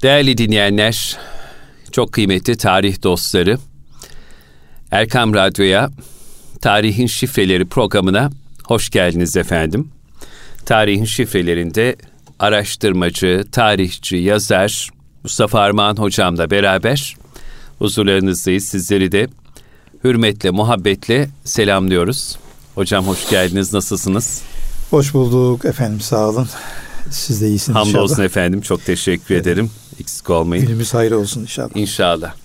Değerli dinleyenler, çok kıymetli tarih dostları, Erkam Radyo'ya, Tarihin Şifreleri programına hoş geldiniz efendim. Tarihin şifrelerinde araştırmacı, tarihçi, yazar Mustafa Armağan hocamla beraber huzurlarınızdayız. Sizleri de hürmetle, muhabbetle selamlıyoruz. Hocam hoş geldiniz, nasılsınız? Hoş bulduk efendim, sağ olun. Siz de iyisiniz inşallah. Hamdolsun efendim, çok teşekkür ederim. Eksik olmayın. Günümüz hayır olsun inşallah. İnşallah.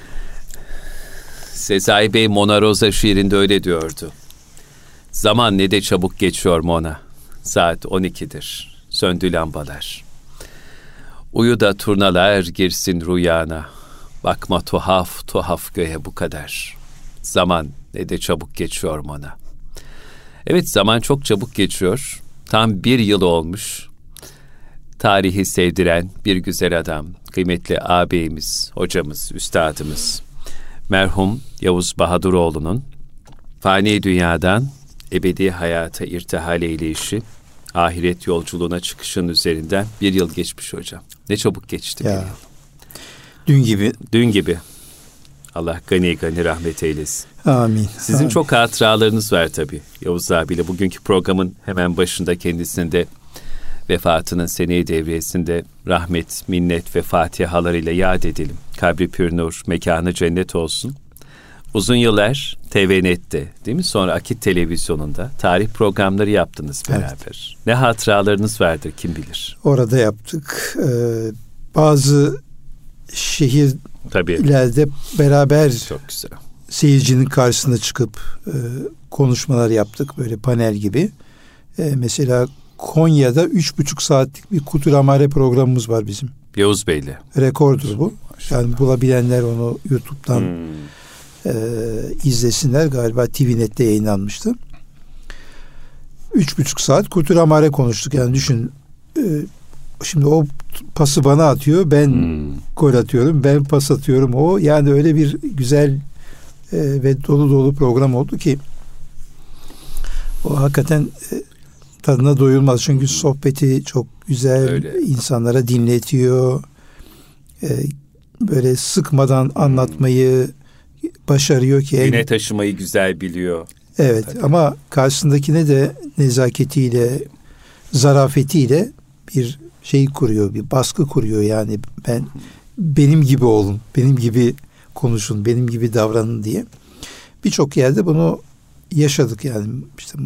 Sezai Bey Mona Rosa şiirinde öyle diyordu. Zaman ne de çabuk geçiyor Mona. Saat 12'dir. Söndü lambalar. Uyu da turnalar girsin rüyana. Bakma tuhaf tuhaf göğe bu kadar. Zaman ne de çabuk geçiyor Mona. Evet, zaman çok çabuk geçiyor. Tam 1 yıl olmuş. Tarihi sevdiren bir güzel adam, kıymetli ağabeyimiz, hocamız, üstadımız, merhum Yavuz Bahaduroğlu'nun fani dünyadan ebedi hayata irtihal eyleyişi, ahiret yolculuğuna çıkışın üzerinden 1 yıl geçmiş hocam. Ne çabuk geçti ya. 1 yıl. Dün gibi. Dün gibi. Allah gani gani rahmet eylesin. Amin. Sizin Amin. çok hatıralarınız var tabii Yavuz abiyle. Bugünkü programın hemen başında kendisinin de vefatının seneyi devriyesinde rahmet, minnet ve fatihalarıyla yad edelim. Kabri pür nur, mekanı cennet olsun. Uzun yıllar TVNet'te, değil mi? Sonra Akit Televizyonu'nda tarih programları yaptınız beraber. Evet. Ne hatıralarınız vardır kim bilir? Orada yaptık. Bazı şehirlerde beraber çok güzel. Seyircinin karşısına çıkıp konuşmalar yaptık. Böyle panel gibi. Mesela Konya'da 3,5 saatlik bir Kuturamare programımız var bizim. Yavuz Bey'le. Rekordur bu. Yani bulabilenler onu YouTube'dan izlesinler. Galiba TVNet'te yayınlanmıştı. 3,5 saat Kuturamare konuştuk. Yani düşün, şimdi o pası bana atıyor, ben gol atıyorum, ben pas atıyorum o. Yani öyle bir güzel ve dolu dolu program oldu ki o hakikaten tadına doyulmaz. Çünkü sohbeti çok güzel, öyle. İnsanlara dinletiyor. Böyle sıkmadan anlatmayı başarıyor ki. Güne taşımayı güzel biliyor. Evet, tabii. Ama karşısındakine de nezaketiyle, zarafetiyle bir şey kuruyor, bir baskı kuruyor. Yani benim gibi olun, benim gibi konuşun, benim gibi davranın diye. Birçok yerde bunu yaşadık yani. İşte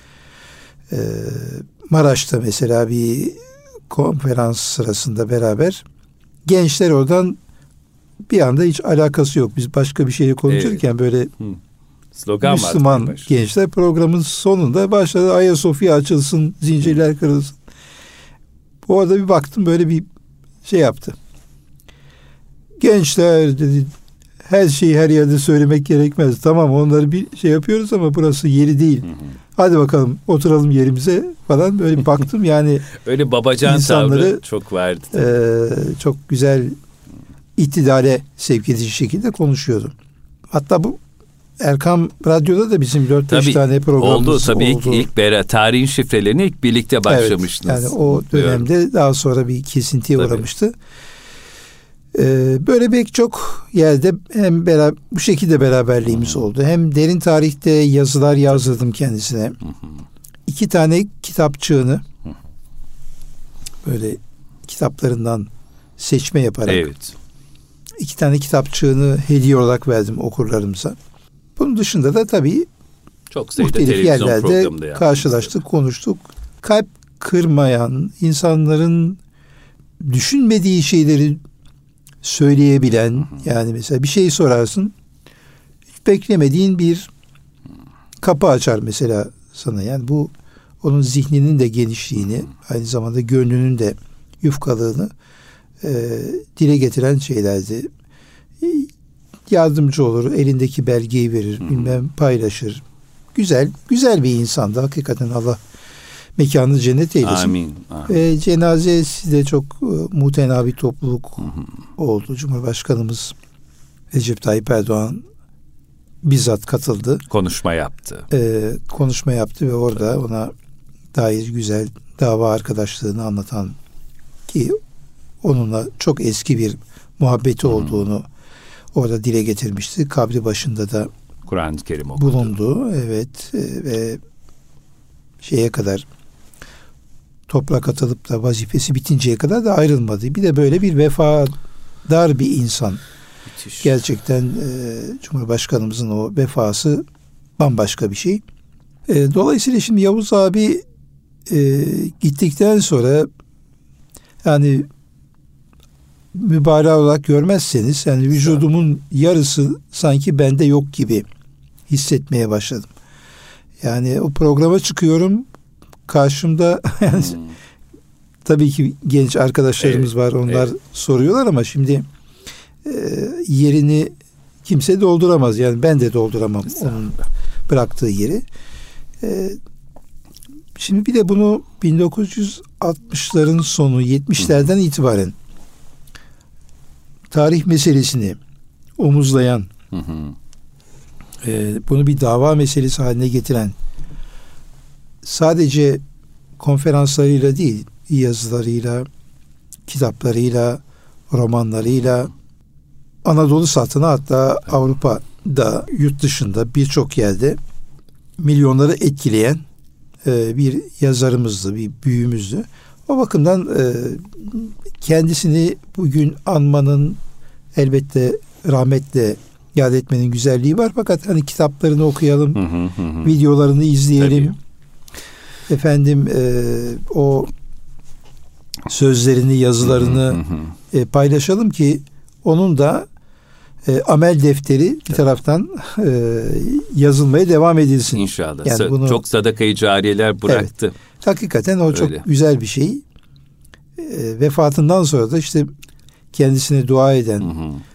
Maraş'ta mesela bir konferans sırasında beraber gençler oradan bir anda hiç alakası yok. Biz başka bir şeyle konuşurken evet. Böyle slogan Müslüman gençler programın sonunda başladı Ayasofya açılsın, zincirler kırılsın. Orada bir baktım, böyle bir şey yaptı. Gençler dedi, her şeyi her yerde söylemek gerekmez. Tamam, onları bir şey yapıyoruz ama burası yeri değil. Hadi bakalım oturalım yerimize falan, böyle baktım yani. Öyle babacan tavrı çok vardı. Çok güzel iktidare sevk edici şekilde konuşuyordu. Hatta bu Erkam Radyo'da da bizim 4-5 tane programımız oldu. Tabii ilk tarihin şifrelerini ilk birlikte başlamıştınız. Evet, yani o dönemde daha sonra bir kesintiye uğramıştı. Böyle pek çok yerde hem bu şekilde beraberliğimiz oldu. Hem derin tarihte yazılar yazdırdım kendisine. 2 tane kitapçığını böyle kitaplarından seçme yaparak 2 tane kitapçığını hediye olarak verdim okurlarımıza. Bunun dışında da tabii çok muhtelif yerlerde karşılaştık, konuştuk. Kalp kırmayan, insanların düşünmediği şeyleri söyleyebilen, yani mesela bir şey sorarsın, hiç beklemediğin bir kapı açar mesela sana. Yani bu onun zihninin de genişliğini, aynı zamanda gönlünün de yufkalığını dile getiren şeylerdi. Yardımcı olur, elindeki belgeyi verir, bilmem paylaşır. Güzel bir insandı. Hakikaten Allah mekanını cennet eylesin. Amin. Amin. Cenazesi de çok mutenabi topluluk oldu. Cumhurbaşkanımız Recep Tayyip Erdoğan bizzat katıldı. Konuşma yaptı. Konuşma yaptı ve orada ona dair güzel dava arkadaşlığını anlatan, ki onunla çok eski bir muhabbeti olduğunu orada dile getirmişti. Kabri başında da Kur'an-ı Kerim okudu. Bulundu. Evet. Ve şeye kadar, toprak atılıp da vazifesi bitinceye kadar da ayrılmadı. Bir de böyle bir vefadar bir insan. Müthiş. Gerçekten Cumhurbaşkanımızın o vefası bambaşka bir şey. Dolayısıyla şimdi Yavuz abi gittikten sonra, yani mübarek olarak görmezseniz, yani vücudumun yarısı sanki bende yok gibi hissetmeye başladım. Yani o programa çıkıyorum, karşımda yani tabii ki genç arkadaşlarımız var, onlar soruyorlar ama şimdi yerini kimse dolduramaz. Yani ben de dolduramam onun bıraktığı yeri. Şimdi bir de bunu 1960'ların sonu, 70'lerden itibaren tarih meselesini omuzlayan, bunu bir dava meselesi haline getiren, sadece konferanslarıyla değil, yazılarıyla, kitaplarıyla, romanlarıyla Anadolu satını, hatta Avrupa'da, yurt dışında birçok yerde milyonları etkileyen bir yazarımızdı, bir büyüğümüzdü. O bakımdan kendisini bugün anmanın, elbette rahmetle yad etmenin güzelliği var. Fakat hani kitaplarını okuyalım, videolarını izleyelim. Tabii. Efendim o sözlerini, yazılarını paylaşalım ki onun da amel defteri bir taraftan yazılmaya devam edilsin. İnşallah. Yani bunu, çok sadaka-i cariyeler bıraktı. Evet, hakikaten o çok güzel bir şey. Vefatından sonra da işte kendisine dua eden,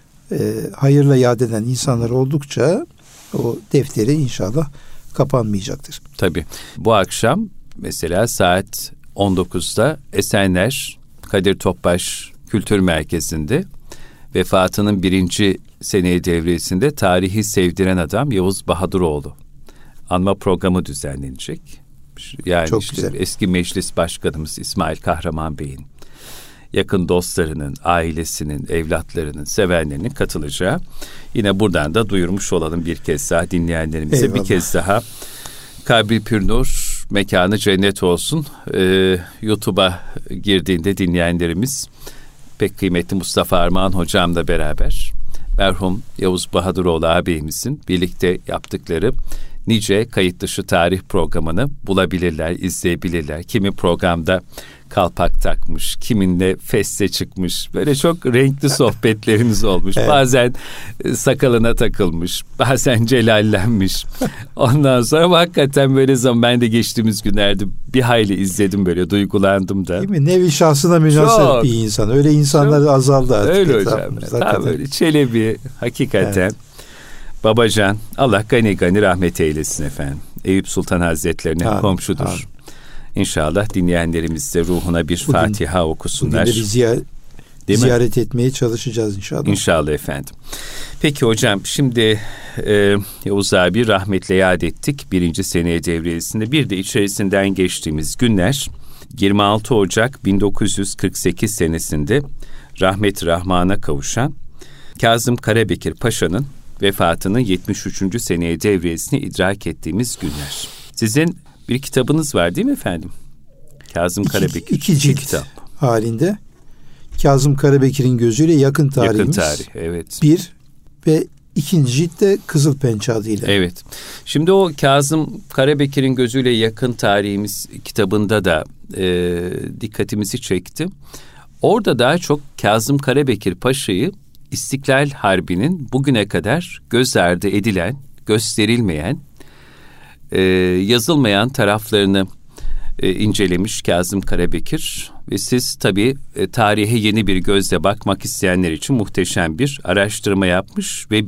hayırla yad eden insanlar oldukça o defteri inşallah kapanmayacaktır. Tabii. Bu akşam mesela saat 19'da Esenler Kadir Topbaş Kültür Merkezi'nde vefatının 1. seneyi devresinde tarihi sevdiren adam Yavuz Bahadıroğlu anma programı düzenlenecek. Yani çok işte güzel. Eski meclis başkanımız İsmail Kahraman Bey'in yakın dostlarının, ailesinin, evlatlarının, sevenlerinin katılacağı. Yine buradan da duyurmuş olalım bir kez daha dinleyenlerimize. Eyvallah. Bir kez daha kabri pürnur, mekanı cennet olsun. YouTube'a girdiğinde dinleyenlerimiz pek kıymetli Mustafa Armağan hocamla beraber merhum Yavuz Bahadıroğlu ağabeyimizin birlikte yaptıkları nice kayıt dışı tarih programını bulabilirler, izleyebilirler. Kimi programda kalpak takmış, kiminle feste çıkmış. Böyle çok renkli sohbetlerimiz olmuş. Evet. Bazen sakalına takılmış, bazen celallenmiş. Ondan sonra hakikaten böyle zaman, ben de geçtiğimiz günlerde bir hayli izledim, böyle duygulandım da. Değil mi? Nevi şahsına münasır bir insan. Öyle insanlar çok azaldı artık. Öyle hocam. Tam böyle Çelebi hakikaten. Evet. Babacan, Allah gani gani rahmet eylesin efendim. Eyüp Sultan Hazretlerine komşudur. Amin. İnşallah dinleyenlerimiz de ruhuna bir Fatiha okusunlar. Bugün de bir ziyaret etmeye çalışacağız inşallah. İnşallah efendim. Peki hocam, şimdi Yavuz abi rahmetle yad ettik 1. seneye devresinde. Bir de içerisinden geçtiğimiz günler 26 Ocak 1948 senesinde rahmet-i rahmana kavuşan Kazım Karabekir Paşa'nın vefatının 73. seneye devresini idrak ettiğimiz günler. Sizin bir kitabınız var değil mi efendim? Kazım Karabekir. İki cilt kitap halinde. Kazım Karabekir'in gözüyle yakın tarihimiz. Yakın tarih, evet. 1 ve 2. cilt de Kızılpençe adıyla. Evet. Şimdi o Kazım Karabekir'in gözüyle yakın tarihimiz kitabında da dikkatimizi çekti. Orada daha çok Kazım Karabekir Paşa'yı İstiklal Harbi'nin bugüne kadar göz ardı edilen, gösterilmeyen, yazılmayan taraflarını incelemiş Kazım Karabekir ve siz tabii tarihe yeni bir gözle bakmak isteyenler için muhteşem bir araştırma yapmış ve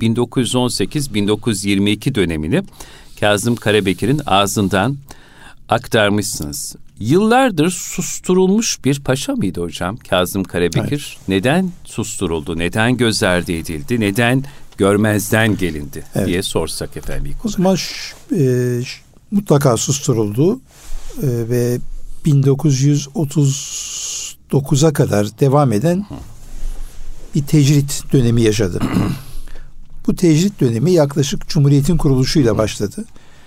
1918-1922 dönemini Kazım Karabekir'in ağzından aktarmışsınız. Yıllardır susturulmuş bir paşa mıydı hocam Kazım Karabekir? Evet. Neden susturuldu? Neden göz ardı edildi? Neden görmezden gelindi diye sorsak efendim. O zaman mutlaka susturuldu ve 1930 39'a kadar devam eden bir tecrit dönemi yaşadı. Bu tecrit dönemi yaklaşık Cumhuriyet'in kuruluşuyla başladı.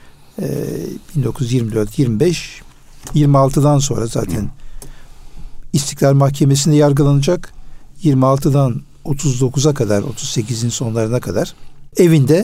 1924-25, 26'dan sonra zaten İstiklal Mahkemesi'nde yargılanacak. 26'dan 39'a kadar, 38'in sonlarına kadar evinde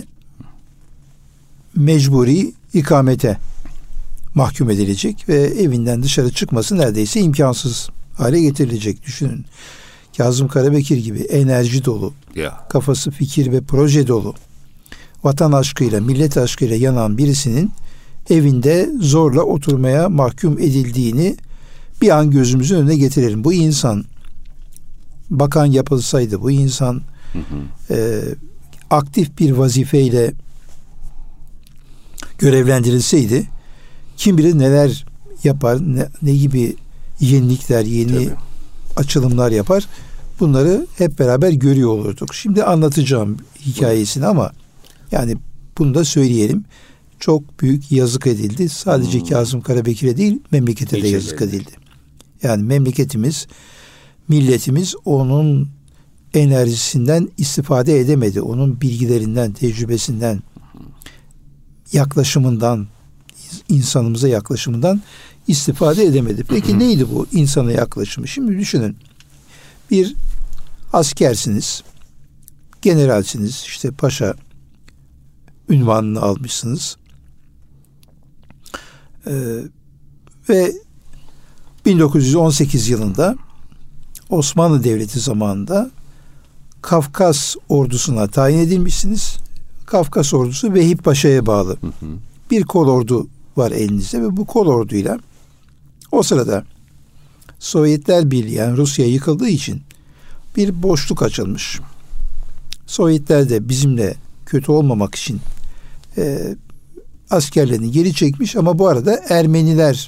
mecburi ikamete mahkum edilecek ve evinden dışarı çıkması neredeyse imkansız hale getirilecek. Düşünün. Kazım Karabekir gibi enerji dolu, kafası fikir ve proje dolu, vatan aşkıyla, millet aşkıyla yanan birisinin evinde zorla oturmaya mahkum edildiğini bir an gözümüzün önüne getirelim. Bu insan bakan yapılsaydı, bu insan aktif bir vazifeyle görevlendirilseydi, kim bilir neler yapar, ne gibi yenilikler, yeni açılımlar yapar. Bunları hep beraber görüyor olurduk. Şimdi anlatacağım hikayesini ama yani bunu da söyleyelim. Çok büyük yazık edildi. Sadece Kazım Karabekir'e değil, memlekete de yazık edildi. Yani memleketimiz, milletimiz onun enerjisinden istifade edemedi. Onun bilgilerinden, tecrübesinden, yaklaşımından, insanımıza yaklaşımından istifade edemedi. Peki neydi bu insana yaklaşımı? Şimdi düşünün. Bir askersiniz, generalsiniz, işte paşa ünvanını almışsınız. Ve 1918 yılında Osmanlı Devleti zamanında Kafkas ordusuna tayin edilmişsiniz. Kafkas ordusu Vehip Paşa'ya bağlı. Bir kol ordu var elinizde ve bu kol orduyla o sırada Sovyetler Birliği, yani Rusya yıkıldığı için bir boşluk açılmış. Sovyetler de bizimle kötü olmamak için askerlerini geri çekmiş ama bu arada Ermeniler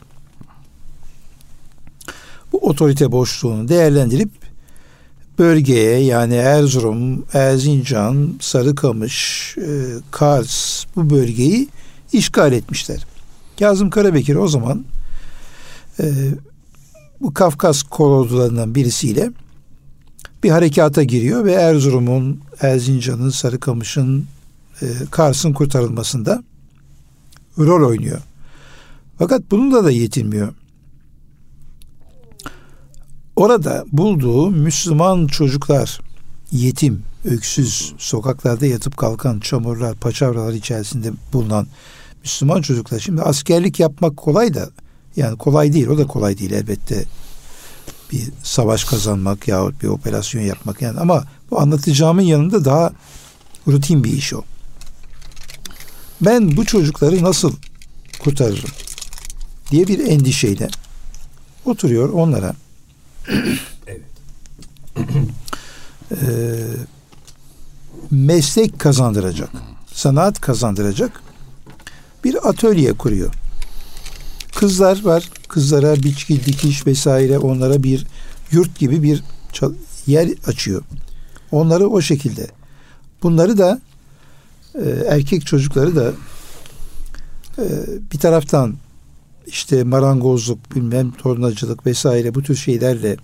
bu otorite boşluğunu değerlendirip bölgeye, yani Erzurum, Erzincan, Sarıkamış, Kars, bu bölgeyi işgal etmişler. Kazım Karabekir o zaman bu Kafkas kol ordularından birisiyle bir harekata giriyor ve Erzurum'un, Erzincan'ın, Sarıkamış'ın, Kars'ın kurtarılmasında rol oynuyor. Fakat bununla da yetinmiyor. Orada bulduğu Müslüman çocuklar, yetim, öksüz, sokaklarda yatıp kalkan, çamurlar, paçavralar içerisinde bulunan Müslüman çocuklar. Şimdi askerlik yapmak kolay da, yani kolay değil, o da kolay değil elbette. Bir savaş kazanmak yahut bir operasyon yapmak yani, ama bu anlatacağımın yanında daha rutin bir iş o. Ben bu çocukları nasıl kurtarırım diye bir endişeyle oturuyor onlara. Meslek kazandıracak, sanat kazandıracak bir atölye kuruyor. Kızlar var, kızlara biçki, dikiş vesaire, onlara bir yurt gibi bir yer açıyor. Onları o şekilde. Bunları da erkek çocukları da bir taraftan işte marangozluk, bilmem tornacılık vesaire bu tür şeylerle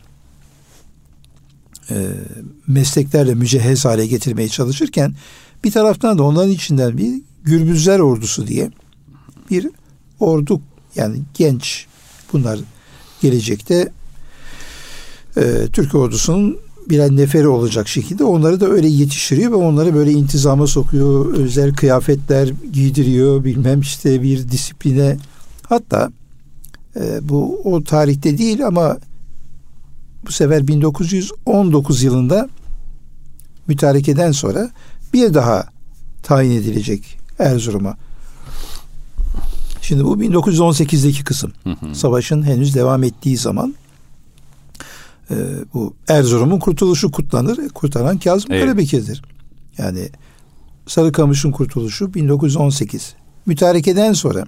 mesleklerle mücehhez hale getirmeye çalışırken bir taraftan da onların içinden bir Gürbüzler ordusu diye bir ordu, yani genç, bunlar gelecekte Türk ordusunun birer neferi olacak şekilde onları da öyle yetiştiriyor ve onları böyle intizama sokuyor, özel kıyafetler giydiriyor, bilmem işte bir disipline. Hatta bu o tarihte değil ama bu sefer 1919 yılında mütarekeden sonra bir daha tayin edilecek Erzurum'a. Şimdi bu 1918'deki kısım. Savaşın henüz devam ettiği zaman bu Erzurum'un kurtuluşu kutlanır. Kurtaran Kazım Karabekir'dir. Yani Sarıkamış'ın kurtuluşu 1918. Mütarekeden sonra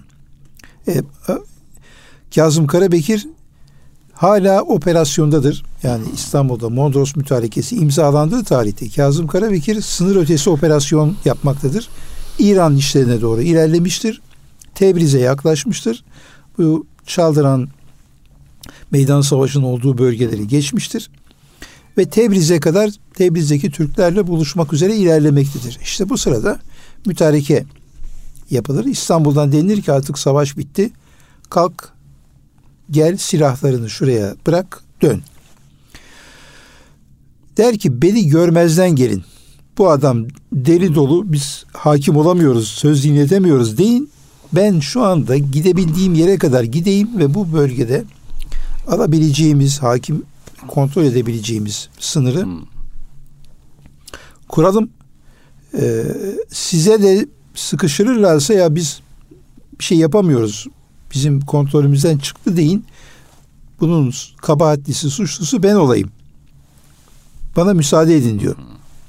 Kazım Karabekir hala operasyondadır. Yani İstanbul'da Mondros Mütarekesi imzalandığı tarihte Kazım Karabekir sınır ötesi operasyon yapmaktadır. İran işlerine doğru ilerlemiştir. Tebriz'e yaklaşmıştır. Bu Çaldıran meydan savaşının olduğu bölgeleri geçmiştir. Ve Tebriz'e kadar Tebriz'deki Türklerle buluşmak üzere ilerlemektedir. İşte bu sırada mütareke yapılır. İstanbul'dan denilir ki artık savaş bitti. Kalk, gel, silahlarını şuraya bırak, dön. Der ki beni görmezden gelin. Bu adam deli dolu, biz hakim olamıyoruz, söz dinletemiyoruz deyin. Ben şu anda gidebildiğim yere kadar gideyim ve bu bölgede alabileceğimiz, hakim kontrol edebileceğimiz sınırı kuralım. Size de sıkıştırırlarsa ya biz bir şey yapamıyoruz, bizim kontrolümüzden çıktı deyin. Bunun kabahatlisi, suçlusu ben olayım. Bana müsaade edin diyor.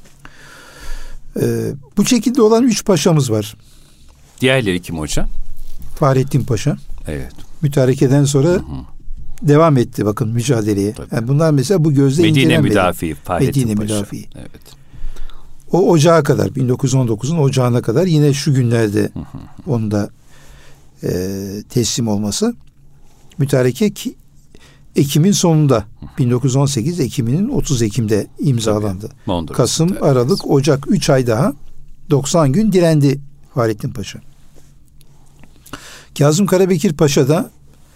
Bu şekilde olan 3 paşamız var. Diğerleri kim hocam? Fahrettin Paşa. Evet. Mütarekeden sonra devam etti bakın mücadeleye. Yani bunlar mesela bu gözle Medine incelenmedi. müdafii. Medine Paşa. müdafii. Evet. O ocağa kadar, 1919'un ocağına kadar yine şu günlerde onun da teslim olması. Mütareke Ekim'in sonunda 1918 Ekim'in 30 Ekim'de imzalandı. Kasım, Aralık, Ocak 3 ay daha 90 gün direndi Fahrettin Paşa. Kazım Karabekir Paşa da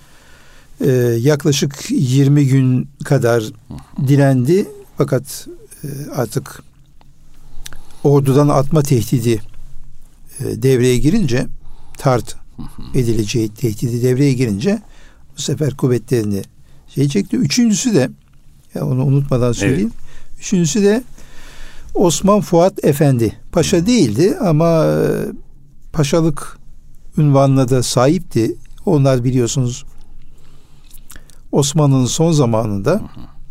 yaklaşık 20 gün kadar direndi. Fakat artık ordudan atma tehdidi devreye girince, tart edileceği tehdidi devreye girince bu sefer kuvvetlerini çekti. Üçüncüsü de, ya onu unutmadan söyleyeyim. Evet. Üçüncüsü de Osman Fuat Efendi. Paşa değildi ama paşalık unvanına da sahipti. Onlar biliyorsunuz Osmanlı'nın son zamanında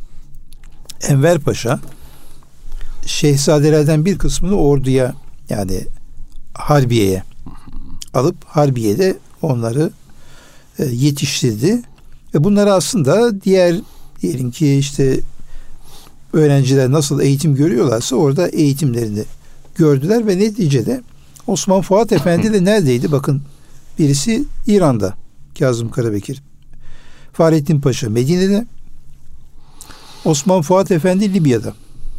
Enver Paşa şehzadelerden bir kısmını orduya, yani Harbiye'ye alıp Harbiye'de onları yetiştirdi. Ve bunları aslında diyelim ki işte öğrenciler nasıl eğitim görüyorlarsa orada eğitimlerini gördüler ve neticede Osman Fuat Efendi de neredeydi? Bakın, birisi İran'da, Kazım Karabekir. Fahrettin Paşa Medine'de. Osman Fuat Efendi Libya'da.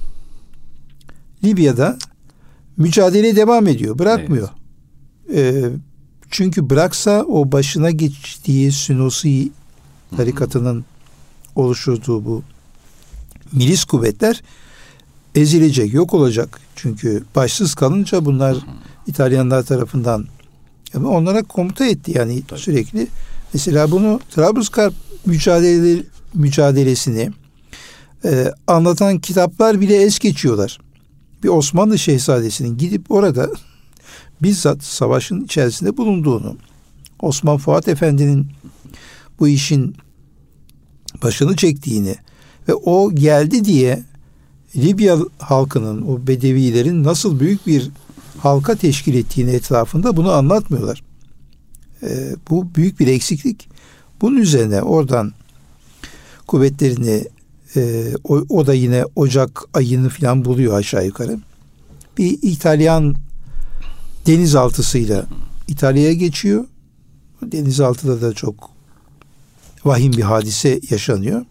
Libya'da mücadele devam ediyor. Bırakmıyor. Evet. Çünkü bıraksa o başına geçtiği Sünusi tarikatının oluşturduğu bu milis kuvvetler ezilecek, yok olacak. Çünkü başsız kalınca bunlar İtalyanlar tarafından onlara komuta etti yani sürekli. Mesela bunu Trablusgarp mücadelesini anlatan kitaplar bile es geçiyorlar. Bir Osmanlı şehzadesinin gidip orada bizzat savaşın içerisinde bulunduğunu, Osman Fuat Efendi'nin bu işin başını çektiğini ve o geldi diye Libya halkının, o Bedevilerin nasıl büyük bir halka teşkil ettiğini etrafında bunu anlatmıyorlar. Bu büyük bir eksiklik. Bunun üzerine oradan kuvvetlerini o da yine Ocak ayını falan buluyor aşağı yukarı. Bir İtalyan denizaltısıyla İtalya'ya geçiyor. Denizaltıda da çok vahim bir hadise yaşanıyor.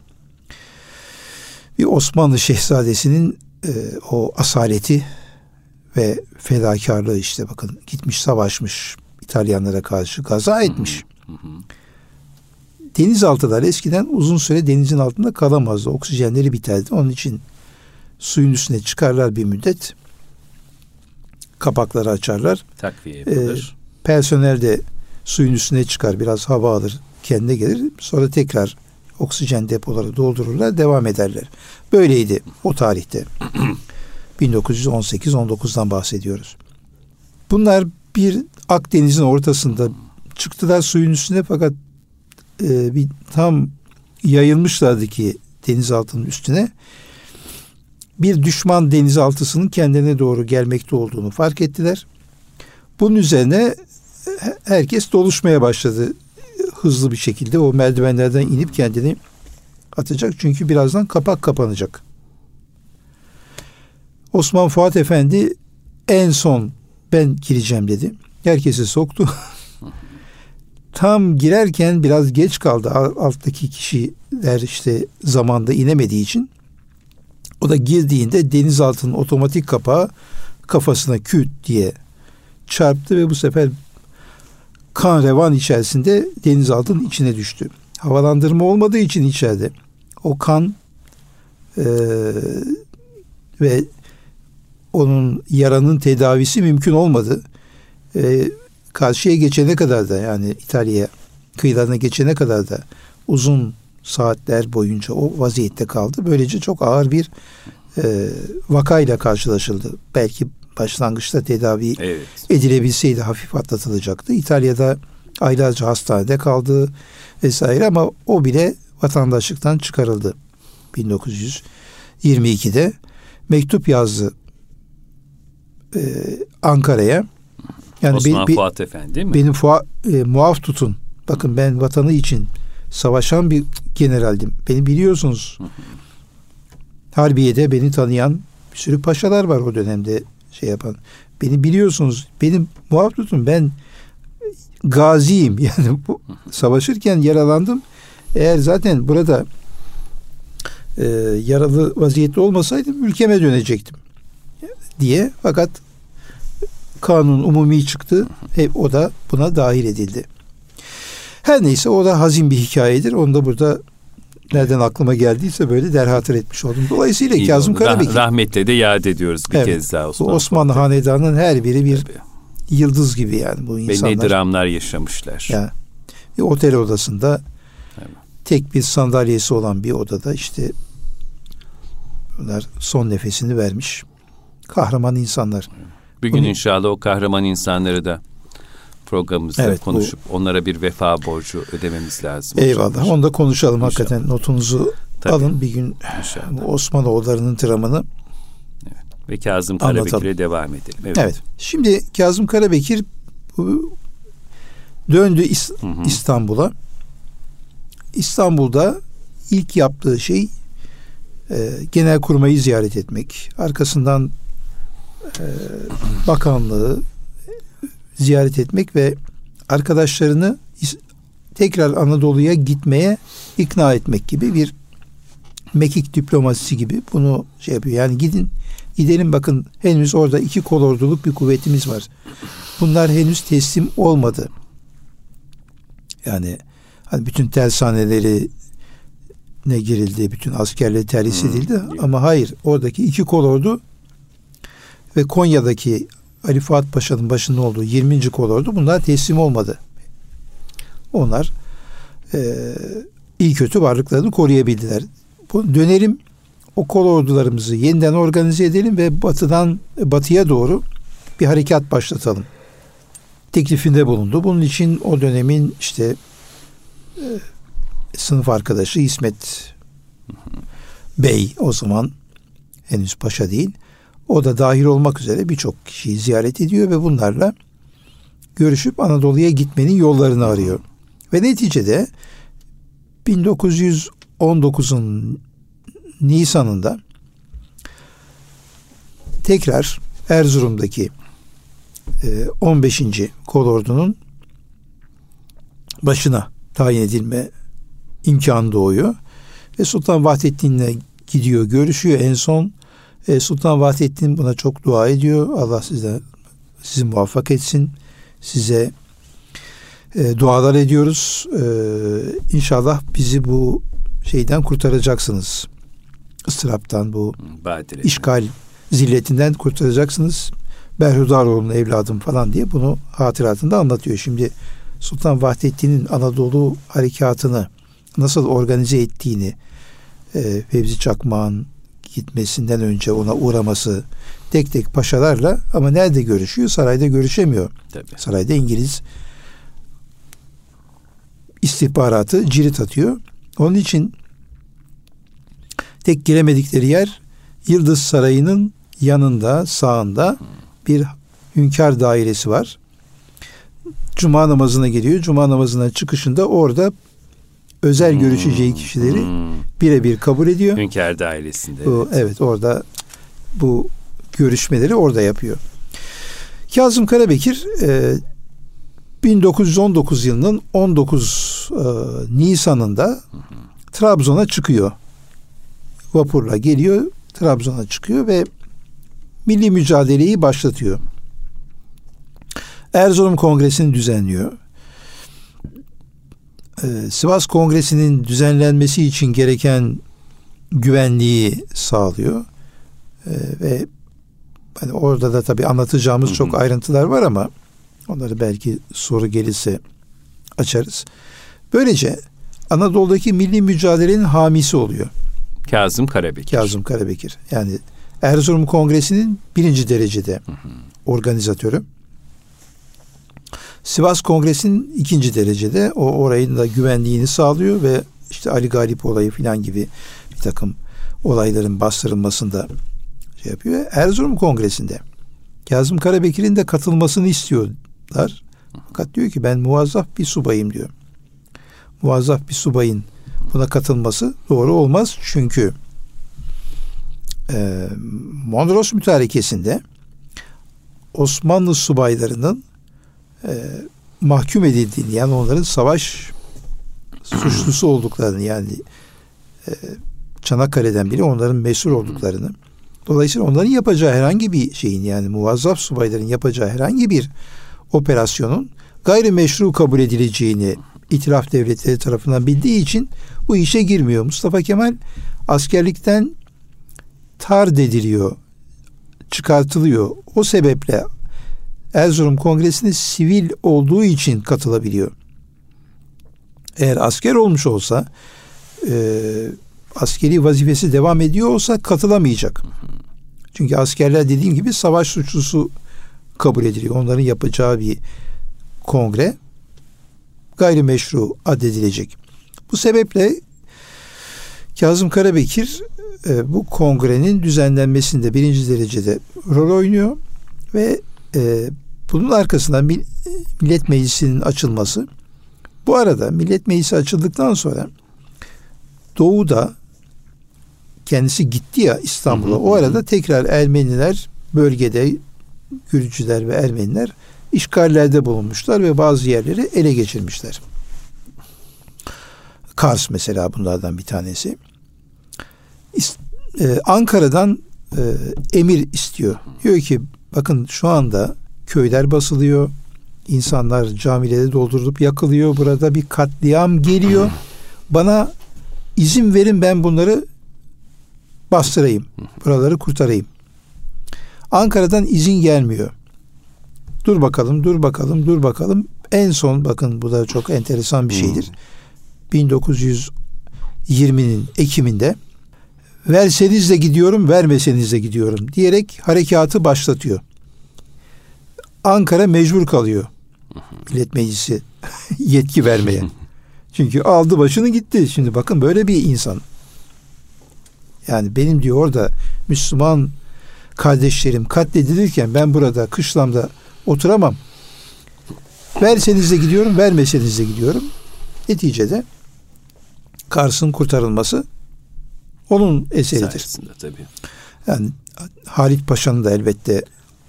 Bir Osmanlı şehzadesinin o asaleti ve fedakarlığı, işte bakın, gitmiş savaşmış, İtalyanlara karşı kaza etmiş. Denizaltılar eskiden uzun süre denizin altında kalamazdı. Oksijenleri biterdi. Onun için suyun üstüne çıkarlar bir müddet. Kapakları açarlar. Takviye yapılır. Personel de suyun üstüne çıkar. Biraz hava alır. Kendine gelir. Sonra tekrar oksijen depoları doldururlar. Devam ederler. Böyleydi o tarihte. 1918-19'dan bahsediyoruz. Bunlar bir Akdeniz'in ortasında çıktılar suyun üstüne, fakat bir tam yayılmışlardı ki denizaltının üstüne bir düşman denizaltısının kendilerine doğru gelmekte olduğunu fark ettiler. Bunun üzerine herkes doluşmaya başladı. Hızlı bir şekilde o merdivenlerden inip kendini atacak. Çünkü birazdan kapak kapanacak. Osman Fuat Efendi en son ben gireceğim dedi. Herkesi soktu. tam girerken biraz geç kaldı. Alttaki kişiler işte zamanda inemediği için. O da girdiğinde denizaltının otomatik kapağı kafasına küt diye çarptı ve bu sefer kan revan içerisinde denizaltının içine düştü. Havalandırma olmadığı için içeride o kan ve onun yaranın tedavisi mümkün olmadı. Karşıya geçene kadar da, yani İtalya'ya kıyılarına geçene kadar da uzun saatler boyunca o vaziyette kaldı. Böylece çok ağır bir vakayla karşılaşıldı. Belki başlangıçta tedavi edilebilseydi hafif atlatılacaktı. İtalya'da aylarca hastanede kaldı vesaire, ama o bile vatandaşlıktan çıkarıldı. 1922'de mektup yazdı Ankara'ya. Yani Osman Fuat Efendi değil mi? Beni muaf tutun. Bakın, ben vatanı için savaşan bir generaldim. Beni biliyorsunuz. Harbiye'de beni tanıyan bir sürü paşalar var o dönemde yapan. Beni biliyorsunuz. Beni muaf tutun. Ben gaziyim. Yani bu, savaşırken yaralandım. Eğer zaten burada yaralı vaziyette olmasaydım ülkeme dönecektim diye. Fakat kanun umumi çıktı. O da buna dahil edildi. Her neyse, o da hazin bir hikayedir. Onu da burada nereden aklıma geldiyse böyle derhatır etmiş oldum. Dolayısıyla Kazım Karabekir. Rahmetle de yad ediyoruz bir kez daha Osman. Osmanlı Hanedanı'nın her biri bir yıldız gibi yani bu insanlar. Ve ne dramlar yaşamışlar. Yani, otel odasında tek bir sandalyesi olan bir odada işte bunlar son nefesini vermiş. Kahraman insanlar. Bir gün inşallah o kahraman insanları da programımızda konuşup onlara bir vefa borcu ödememiz lazım. Eyvallah. Onu da konuşalım. İnşallah. Hakikaten notunuzu alın bir gün. Osmanlı oğullarının dramını. Evet. Ve Kazım Karabekir'e devam edelim. Evet. Şimdi Kazım Karabekir döndü İstanbul'a. İstanbul'da ilk yaptığı şey Genelkurmay'ı ziyaret etmek. Arkasından bakanlığı ziyaret etmek ve arkadaşlarını tekrar Anadolu'ya gitmeye ikna etmek gibi bir mekik diplomasisi gibi bunu yapıyor. Yani gidelim bakın, henüz orada 2 kolorduluk bir kuvvetimiz var. Bunlar henüz teslim olmadı. Yani hani bütün tersaneleri ne girildi, bütün askerleri terhis edildi ama hayır, oradaki 2 kolordu ve Konya'daki Ali Fuat Paşa'nın başında olduğu 20. kolordu, bunlar teslim olmadı. Onlar iyi kötü varlıklarını koruyabildiler. Dönelim, o kolordularımızı yeniden organize edelim ve batıya doğru bir harekat başlatalım teklifinde bulundu. Bunun için o dönemin işte sınıf arkadaşı İsmet Bey, o zaman henüz paşa değil, o da dahil olmak üzere birçok kişiyi ziyaret ediyor ve bunlarla görüşüp Anadolu'ya gitmenin yollarını arıyor. Ve neticede 1919'un Nisan'ında tekrar Erzurum'daki 15. kolordunun başına tayin edilme imkanı doğuyor. Ve Sultan Vahdettin'le gidiyor, görüşüyor. En son Sultan Vahdettin buna çok dua ediyor. Allah sizi muvaffak etsin. Size dualar ediyoruz. İnşallah bizi bu şeyden kurtaracaksınız. Istıraptan, bu işgal zilletinden kurtaracaksınız. Berhudaroğlu'nun evladım falan diye bunu hatıratında anlatıyor. Şimdi Sultan Vahdettin'in Anadolu harekatını nasıl organize ettiğini, Fevzi Çakmak'ın gitmesinden önce ona uğraması, tek tek paşalarla, ama nerede görüşüyor? Sarayda görüşemiyor. Tabii. Sarayda İngiliz istihbaratı cirit atıyor. Onun için tek giremedikleri yer Yıldız Sarayı'nın yanında, sağında bir hünkâr dairesi var. Cuma namazına geliyor. Cuma namazına çıkışında orada özel görüşeceği kişileri birebir kabul ediyor. Hünkâr dairesinde. Evet, orada bu görüşmeleri orada yapıyor. Kazım Karabekir 1919 yılının 19 Nisan'ında Trabzon'a çıkıyor. Vapurla geliyor, Trabzon'a çıkıyor ve milli mücadeleyi başlatıyor. Erzurum Kongresi'ni düzenliyor. Sivas Kongresi'nin düzenlenmesi için gereken güvenliği sağlıyor. Ve hani orada da tabii anlatacağımız çok ayrıntılar var ama onları belki soru gelirse açarız. Böylece Anadolu'daki milli mücadelenin hamisi oluyor. Kazım Karabekir. Yani Erzurum Kongresi'nin 1. derecede organizatörü. Sivas Kongresi'nin 2. derecede orayın da güvenliğini sağlıyor ve işte Ali Galip olayı falan gibi bir takım olayların bastırılmasında şey yapıyor. Erzurum Kongresi'nde Kazım Karabekir'in de katılmasını istiyorlar. Fakat diyor ki ben muvazzaf bir subayım diyor. Muvazzaf bir subayın buna katılması doğru olmaz. Çünkü Mondros Mütarekesi'nde Osmanlı subaylarının mahkum edildiğini, yani onların savaş suçlusu olduklarını, yani Çanakkale'den biri onların mesul olduklarını, dolayısıyla onların yapacağı herhangi bir şeyin, yani muvazzaf subayların yapacağı herhangi bir operasyonun gayrimeşru kabul edileceğini itilaf devletleri tarafından bildiği için bu işe girmiyor. Mustafa Kemal askerlikten tard ediliyor, çıkartılıyor. O sebeple Erzurum Kongresi'ne sivil olduğu için katılabiliyor. Eğer asker olmuş olsa, askeri vazifesi devam ediyor olsa katılamayacak. Çünkü askerler dediğim gibi savaş suçlusu kabul ediliyor. Onların yapacağı bir kongre gayrimeşru addedilecek. Bu sebeple Kazım Karabekir bu kongrenin düzenlenmesinde 1. derecede rol oynuyor ve bunun arkasından Millet Meclisi'nin açılması. Bu arada Millet Meclisi açıldıktan sonra Doğu'da kendisi gitti ya İstanbul'a. O arada tekrar Ermeniler bölgede, Gürcüler ve Ermeniler işgallerde bulunmuşlar ve bazı yerleri ele geçirmişler. Kars mesela bunlardan bir tanesi. Ankara'dan emir istiyor. Diyor ki bakın şu anda köyler basılıyor. İnsanlar camileri doldurulup yakılıyor. Burada bir katliam geliyor. Bana izin verin, ben bunları bastırayım. Buraları kurtarayım. Ankara'dan izin gelmiyor. Dur bakalım. En son bakın, bu da çok enteresan bir şeydir. 1920'nin Ekim'inde verseniz de gidiyorum, vermeseniz de gidiyorum diyerek harekatı başlatıyor. Ankara mecbur kalıyor Millet Meclisi yetki vermeye. Çünkü aldı başını gitti. Şimdi bakın böyle bir insan. Yani benim diyor orada Müslüman kardeşlerim katledilirken ben burada kışlamda oturamam. Verseniz de gidiyorum, vermeseniz de gidiyorum. Neticede Kars'ın kurtarılması onun eseridir. Sayesinde tabii. Yani Halit Paşa'nın da elbette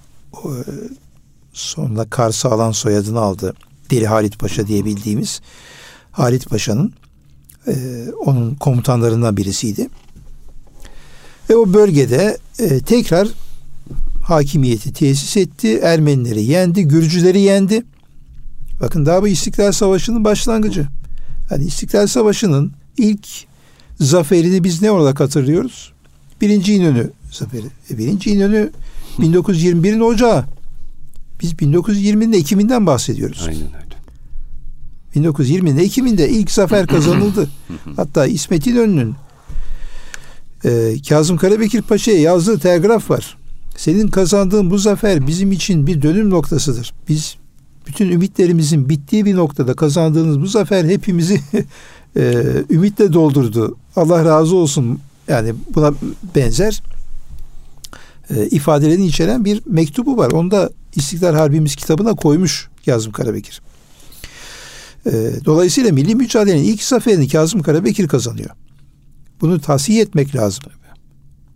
sonra Kars'ı alan soyadını aldı. Deli Halit Paşa diye bildiğimiz Halit Paşa'nın onun komutanlarından birisiydi. Ve o bölgede tekrar hakimiyeti tesis etti. Ermenileri yendi, Gürcüleri yendi. Bakın daha bu İstiklal Savaşı'nın başlangıcı. Yani İstiklal Savaşı'nın ilk zaferini biz ne olarak hatırlıyoruz? 1. İnönü zaferi. 1. İnönü 1921'in Ocağı. Biz 1920'nin Ekim'inden bahsediyoruz. Aynen öyle. 1920'nin Ekim'inde ilk zafer kazanıldı. Hatta İsmet İnönü'nün Kazım Karabekir Paşa'ya yazdığı telgraf var. Senin kazandığın bu zafer bizim için bir dönüm noktasıdır. Biz bütün ümitlerimizin bittiği bir noktada kazandığınız bu zafer hepimizi ümitle doldurdu. Allah razı olsun. Yani buna benzer ifadelerini içeren bir mektubu var. Onu da İstiklal Harbimiz kitabına koymuş Kazım Karabekir. Dolayısıyla milli mücadelenin ilk zaferini Kazım Karabekir kazanıyor. Bunu tahsiye etmek lazım.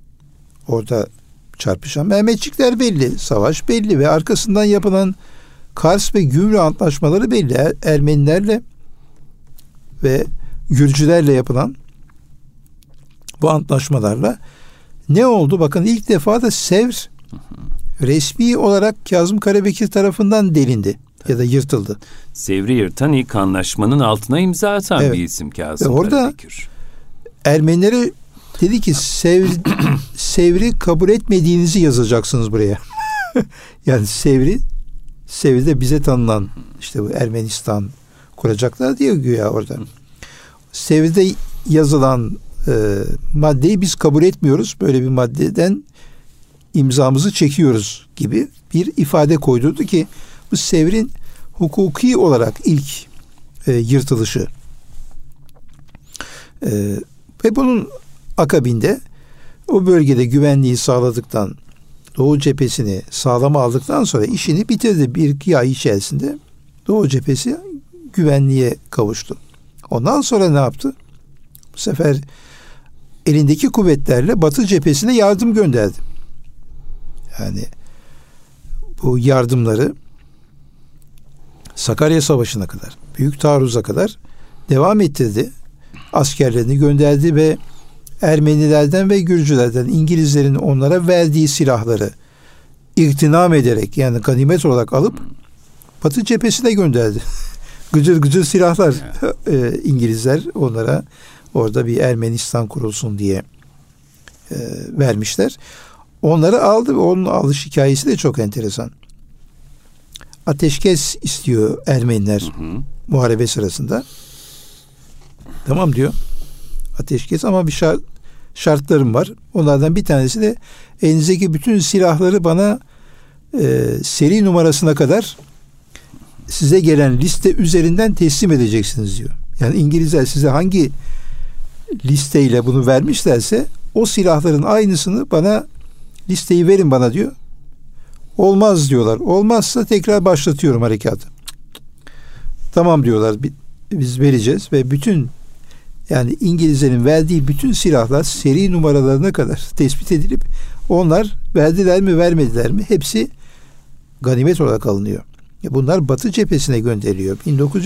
Orada çarpışan Mehmetçikler belli, savaş belli ve arkasından yapılan Kars ve Gümrü antlaşmaları belli. Ermenilerle ve Gürcülerle yapılan bu antlaşmalarla ne oldu? Bakın ilk defa da Sevr resmi olarak Kazım Karabekir tarafından delindi ya da yırtıldı. Sevr'i yırtan ilk anlaşmanın altına imza atan bir isim Kazım Karabekir. Orada Ermenilere dedi ki Sevr'i kabul etmediğinizi yazacaksınız buraya. Yani Sevr'de bize tanınan işte bu Ermenistan kuracaklar diyor güya orada. Sevr'de yazılan maddeyi biz kabul etmiyoruz. Böyle bir maddeden imzamızı çekiyoruz gibi bir ifade koydurdu ki bu Sevr'in hukuki olarak ilk yırtılışı. Ve bunun akabinde o bölgede güvenliği sağladıktan, Doğu cephesini sağlama aldıktan sonra işini bitirdi. 1-2 ay içerisinde Doğu cephesi güvenliğe kavuştu. Ondan sonra ne yaptı? Bu sefer elindeki kuvvetlerle Batı cephesine yardım gönderdi. Yani bu yardımları Sakarya Savaşı'na kadar, Büyük Taarruz'a kadar devam ettirdi. Askerlerini gönderdi ve Ermenilerden ve Gürcülerden İngilizlerin onlara verdiği silahları iktinam ederek yani ganimet olarak alıp Batı cephesine gönderdi. Gıcır gıcır silahlar İngilizler onlara orada bir Ermenistan kurulsun diye vermişler. Onları aldı ve onun alış hikayesi de çok enteresan. Ateşkes istiyor Ermeniler muharebe sırasında. Tamam diyor. Ateşkes ama bir şartlarım var. Onlardan bir tanesi de elinizdeki bütün silahları bana seri numarasına kadar size gelen liste üzerinden teslim edeceksiniz diyor. Yani İngilizler size hangi listeyle bunu vermişlerse o silahların aynısını bana listeyi verin bana diyor. Olmaz diyorlar. Olmazsa tekrar başlatıyorum harekatı. Tamam diyorlar. Biz vereceğiz ve bütün yani İngilizlerin verdiği bütün silahlar seri numaralarına kadar tespit edilip onlar verdiler mi vermediler mi hepsi ganimet olarak alınıyor. Bunlar Batı cephesine gönderiliyor.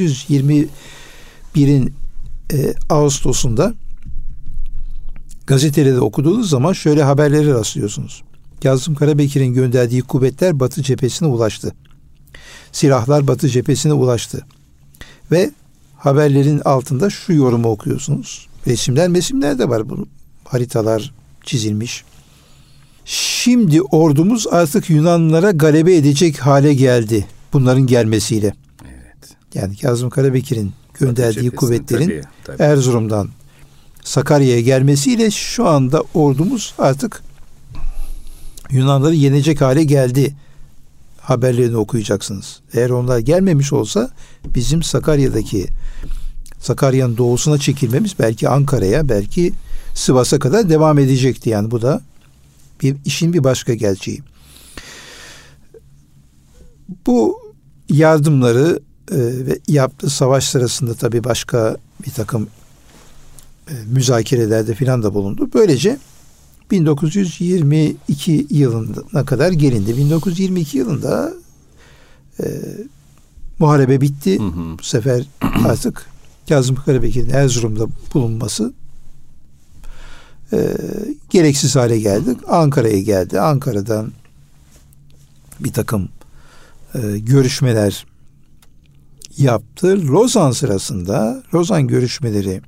1921'in Ağustos'unda gazetelerde okuduğunuz zaman şöyle haberleri rastlıyorsunuz. Kazım Karabekir'in gönderdiği kuvvetler Batı cephesine ulaştı. Silahlar Batı cephesine ulaştı. Ve haberlerin altında şu yorumu okuyorsunuz. Resimler de var. Bu haritalar çizilmiş. Şimdi ordumuz artık Yunanlılara galebe edecek hale geldi. Bunların gelmesiyle. Evet. Yani Kazım Karabekir'in gönderdiği kuvvetlerin tabii. Erzurum'dan Sakarya'ya gelmesiyle şu anda ordumuz artık Yunanları yenecek hale geldi haberlerini okuyacaksınız. Eğer onlar gelmemiş olsa bizim Sakarya'nın doğusuna çekilmemiz belki Ankara'ya, belki Sivas'a kadar devam edecekti. Yani bu da işin bir başka gerçeği. Bu yardımları ve yaptığı savaş sırasında tabii başka bir takım müzakerelerde filan da bulundu. Böylece 1922 yılına kadar gelindi. 1922 yılında muharebe bitti. Bu sefer artık Kazım Karabekir'in Erzurum'da bulunması gereksiz hale geldi. Ankara'ya geldi. Ankara'dan bir takım görüşmeler yaptı. Lozan sırasında Lozan görüşmeleri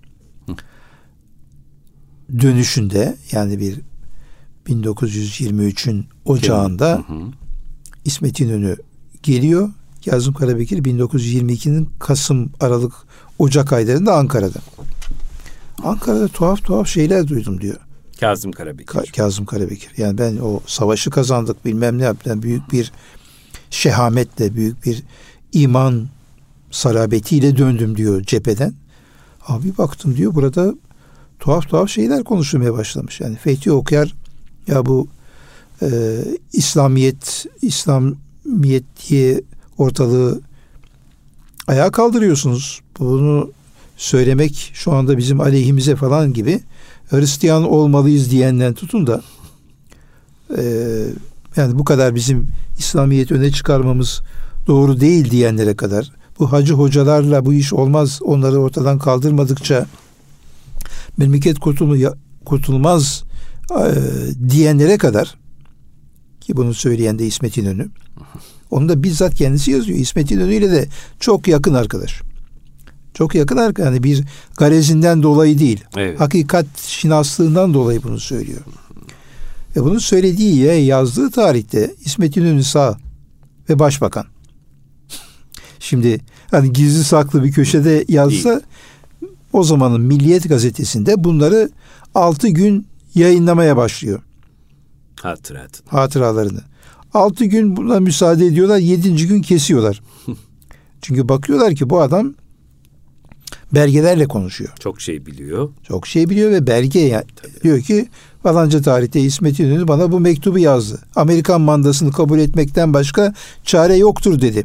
dönüşünde yani bir 1923'ün ocağında İsmet İnönü geliyor. Kazım Karabekir 1922'nin Kasım, Aralık, Ocak aylarında Ankara'da. Ankara'da tuhaf şeyler duydum diyor. Kazım Karabekir. Kazım Karabekir. Yani ben o savaşı kazandık bilmem ne yaptım. Büyük bir şehametle, büyük bir iman sarabetiyle döndüm diyor cepheden. Abi baktım diyor burada tuhaf şeyler konuşulmaya başlamış. Yani Fethi Okyar ya bu İslamiyet diye ortalığı ayağa kaldırıyorsunuz. Bunu söylemek şu anda bizim aleyhimize falan gibi Hristiyan olmalıyız diyenden tutun da yani bu kadar bizim İslamiyet öne çıkarmamız doğru değil diyenlere kadar, bu hacı hocalarla bu iş olmaz, onları ortadan kaldırmadıkça memleket kurtulmaz diyenlere kadar, ki bunu söyleyen de İsmet İnönü. Onu da bizzat kendisi yazıyor. İsmet İnönü ile de çok yakın arkadaş. Çok yakın arkadaş. Yani bir garezinden dolayı değil. Evet. Hakikat şinaslığından dolayı bunu söylüyor. Ve bunu söylediği ve yazdığı tarihte İsmet İnönü sağ ve başbakan. Şimdi hani gizli saklı bir köşede yazsa değil. O zamanın Milliyet gazetesinde bunları 6 gün yayınlamaya başlıyor. Hatıralarını. 6 gün buna müsaade ediyorlar. 7. gün kesiyorlar. Çünkü bakıyorlar ki bu adam belgelerle konuşuyor. Çok şey biliyor. Çok şey biliyor ve belge yani diyor ki falanca tarihte İsmet İnönü bana bu mektubu yazdı. Amerikan mandasını kabul etmekten başka çare yoktur dedi.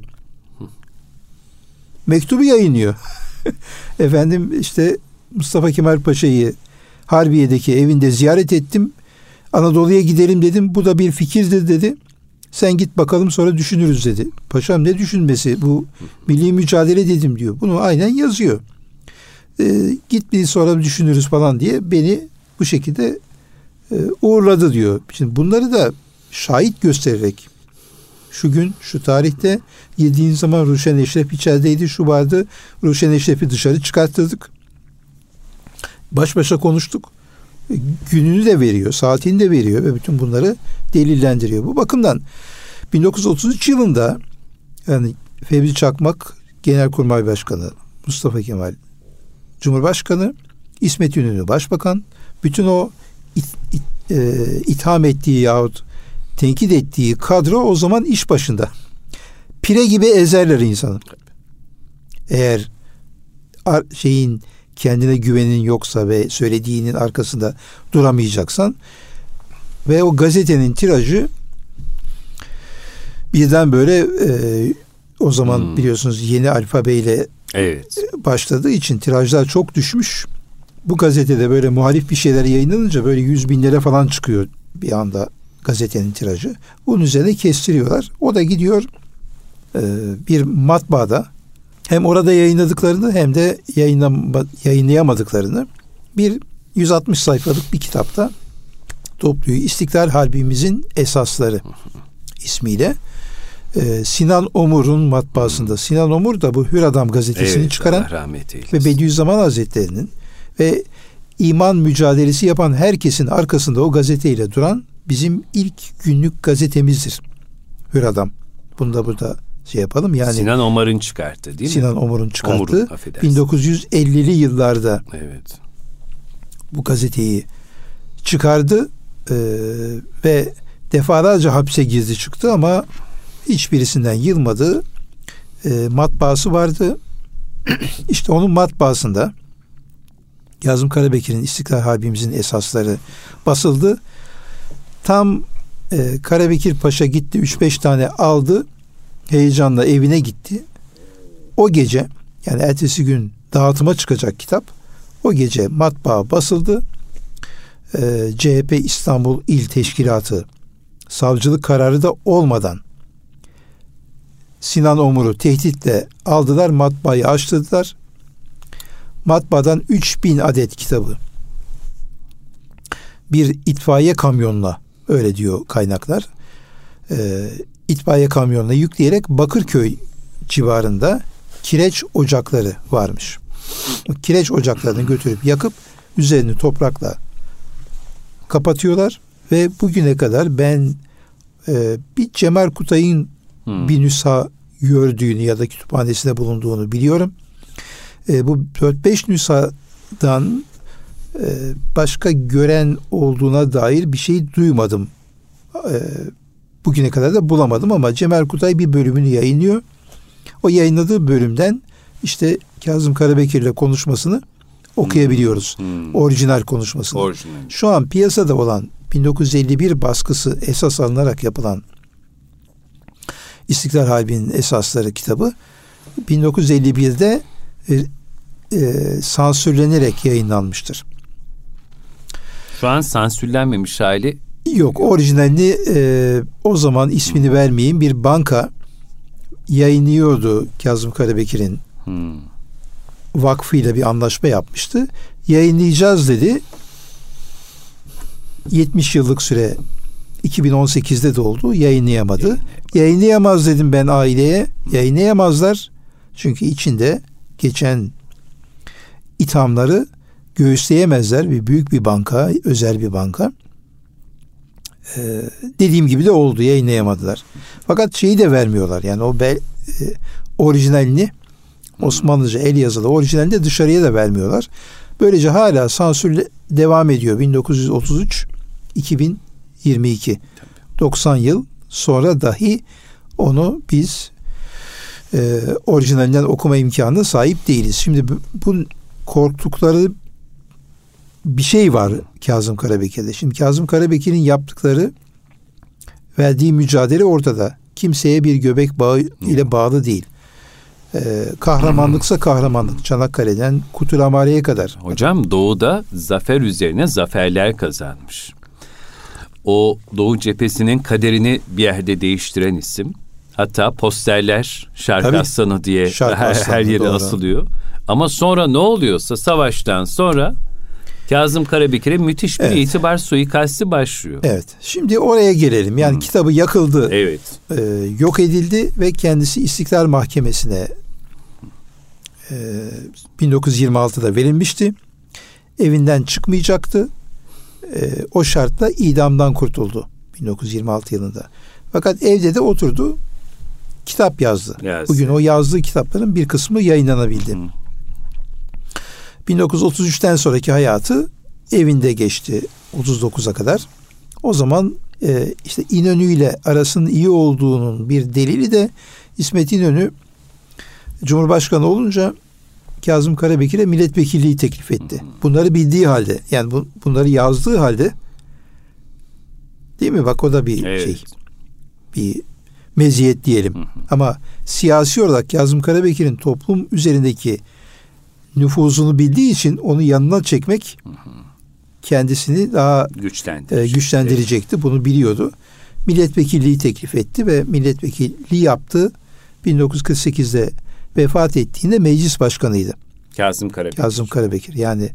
Mektubu yayınlıyor. Efendim işte Mustafa Kemal Paşa'yı Harbiye'deki evinde ziyaret ettim. Anadolu'ya gidelim dedim. Bu da bir fikirdir dedi. Sen git bakalım sonra düşünürüz dedi. Paşam ne düşünmesi? Bu milli mücadele dedim diyor. Bunu aynen yazıyor. Git bir sonra düşünürüz falan diye beni bu şekilde uğurladı diyor. Şimdi bunları da şahit göstererek şu gün, şu tarihte yediğin zaman Ruşen Eşref içerideydi, şu vardı. Ruşen Eşref'i dışarı çıkarttırdık. Baş başa konuştuk. Gününü de veriyor, saatini de veriyor ve bütün bunları delillendiriyor. Bu bakımdan 1933 yılında yani Fevzi Çakmak Genelkurmay Başkanı, Mustafa Kemal Cumhurbaşkanı, İsmet İnönü Başbakan, bütün o itham ettiği yahut tenkit ettiği kadro o zaman iş başında. Pire gibi ezerler insanı. Eğer kendine güvenin yoksa ve söylediğinin arkasında duramayacaksan ve o gazetenin tirajı birden böyle o zaman biliyorsunuz yeni alfabeyle başladığı için tirajlar çok düşmüş. Bu gazetede böyle muhalif bir şeyler yayınlanınca böyle 100.000'lere falan çıkıyor bir anda gazetenin tirajı. Bunun üzerine kestiriyorlar. O da gidiyor bir matbaada hem orada yayınladıklarını hem de yayınlayamadıklarını bir 160 sayfalık bir kitapta topluyor. İstiklal Harbimizin Esasları ismiyle. Sinan Omur'un matbaasında. Sinan Omur da bu Hür Adam gazetesini çıkaran ve Bediüzzaman Hazretleri'nin ve iman mücadelesi yapan herkesin arkasında o gazeteyle duran bizim ilk günlük gazetemizdir. Hür Adam. Bunu da burada yapalım. Yani Sinan Omar'ın çıkarttı değil mi? Sinan Omar'ın çıkarttı. 1950'li yıllarda bu gazeteyi çıkardı ve defalarca hapse girdi çıktı ama hiçbirisinden yılmadı. Matbaası vardı. İşte onun matbaasında Kazım Karabekir'in İstiklal Harbimizin Esasları basıldı. Tam Karabekir Paşa gitti 3-5 tane aldı. Heyecanla evine gitti. O gece yani ertesi gün dağıtıma çıkacak kitap. O gece matbaa basıldı. CHP İstanbul İl Teşkilatı savcılık kararı da olmadan Sinan Omur'u tehditle aldılar. Matbaayı açtırdılar. Matbaadan 3000 adet kitabı bir itfaiye kamyonla, öyle diyor kaynaklar, itfaiye kamyonla yükleyerek Bakırköy civarında kireç ocakları varmış. O kireç ocaklarını götürüp yakıp üzerini toprakla kapatıyorlar ve bugüne kadar ben bir Cemal Kutay'ın bir nüsha gördüğünü ya da kütüphanesinde bulunduğunu biliyorum. Bu 4-5 nüshadan başka gören olduğuna dair bir şey duymadım. Bugüne kadar da bulamadım ama Cemal Kutay bir bölümünü yayınlıyor. O yayınladığı bölümden işte Kazım Karabekir'le konuşmasını okuyabiliyoruz. Orijinal konuşmasını. Orijinal. Şu an piyasada olan 1951 baskısı esas alınarak yapılan İstiklal Harbi'nin Esasları kitabı 1951'de sansürlenerek yayınlanmıştır. Şu an sansürlenmemiş hali yok. Orijinalini o zaman ismini vermeyeyim bir banka yayınlıyordu Kazım Karabekir'in vakfıyla bir anlaşma yapmıştı. Yayınlayacağız dedi. 70 yıllık süre 2018'de de oldu. Yayınlayamadı. Yayınlayamaz dedim ben aileye. Yayınlayamazlar. Çünkü içinde geçen ithamları göğüsleyemezler. Büyük bir banka, özel bir banka. Dediğim gibi de oldu. Yayınlayamadılar. Fakat şeyi de vermiyorlar. Yani o orijinalini, Osmanlıca el yazılı orijinalini de dışarıya da vermiyorlar. Böylece hala sansür devam ediyor. 1933 2022 90 yıl sonra dahi onu biz orijinalinden okuma imkanına sahip değiliz. Şimdi bu korktukları bir şey var Kazım Karabekir'de. Şimdi Kazım Karabekir'in yaptıkları, verdiği mücadele ortada. Kimseye bir göbek bağı ile bağlı değil. Kahramanlıksa kahramanlık. Çanakkale'den Kutulamare'ye kadar. Hocam Doğu'da zafer üzerine zaferler kazanmış. O Doğu cephesinin kaderini bir yerde değiştiren isim. Hatta posterler Şark Aslanı diye her yere asılıyor. Ama sonra ne oluyorsa savaştan sonra Kazım Karabekir'e müthiş bir itibar suikasti başlıyor. Evet. Şimdi oraya gelelim. Yani kitabı yakıldı. Evet. Yok edildi ve kendisi İstiklal Mahkemesi'ne 1926'da verilmişti. Evinden çıkmayacaktı. O şartla idamdan kurtuldu 1926 yılında. Fakat evde de oturdu. Kitap yazdı. Bugün o yazdığı kitapların bir kısmı yayınlanabildi. 1933'ten sonraki hayatı evinde geçti 39'a kadar. O zaman işte İnönü ile arasının iyi olduğunun bir delili de İsmet İnönü Cumhurbaşkanı olunca Kazım Karabekir'e milletvekilliği teklif etti. Bunları bildiği halde, yani bunları yazdığı halde, değil mi? Bak o da bir şey, bir meziyet diyelim. Ama siyasi olarak Kazım Karabekir'in toplum üzerindeki nüfuzunu bildiği için onu yanına çekmek kendisini daha güçlendirecekti. Bunu biliyordu. Milletvekilliği teklif etti ve milletvekilliği yaptı. 1948'de vefat ettiğinde meclis başkanıydı. Kazım Karabekir. Yani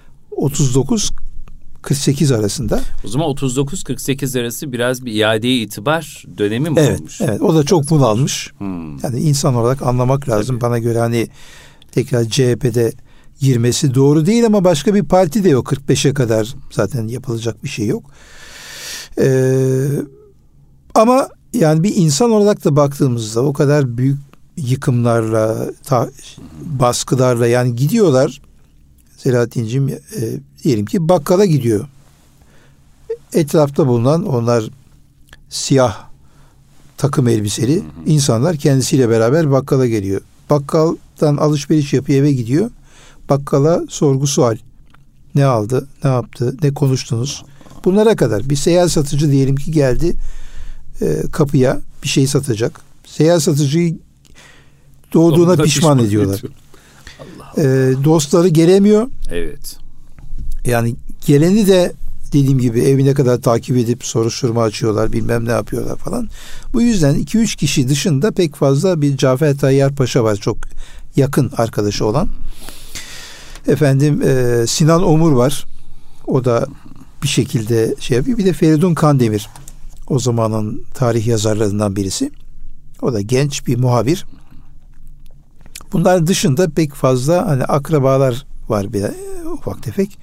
39-48 arasında. O zaman 39-48 arası biraz bir iade-i itibar dönemi mi olmuş? Evet. O da çok bunalmış. Yani insan olarak anlamak lazım. Bana göre hani tekrar CHP'de girmesi doğru değil ama başka bir parti de yok. 45'e kadar zaten yapılacak bir şey yok. Ama yani bir insan olarak da baktığımızda o kadar büyük yıkımlarla, baskılarla yani gidiyorlar. Selahattin'cim diyelim ki bakkala gidiyor. Etrafta bulunan onlar siyah takım elbiseli insanlar kendisiyle beraber bakkala geliyor. Bakkaldan alışveriş yapıyor, eve gidiyor. Bakkala sorgu sual. Ne aldı, ne yaptı, ne konuştunuz? Bunlara kadar. Bir seyyar satıcı diyelim ki geldi kapıya bir şey satacak. Seyyar satıcıyı doğduğuna pişman ediyorlar. Dostları gelemiyor. Evet. Yani geleni de dediğim gibi evine kadar takip edip soruşturma açıyorlar, bilmem ne yapıyorlar falan. Bu yüzden 2-3 kişi dışında pek fazla bir Cafer Tayyar Paşa var, çok yakın arkadaşı olan. Sinan Omur var. O da bir şekilde şey yapıyor. Bir de Feridun Kandemir. O zamanın tarih yazarlarından birisi. O da genç bir muhabir. Bunlar dışında pek fazla hani akrabalar var bir ufak tefek.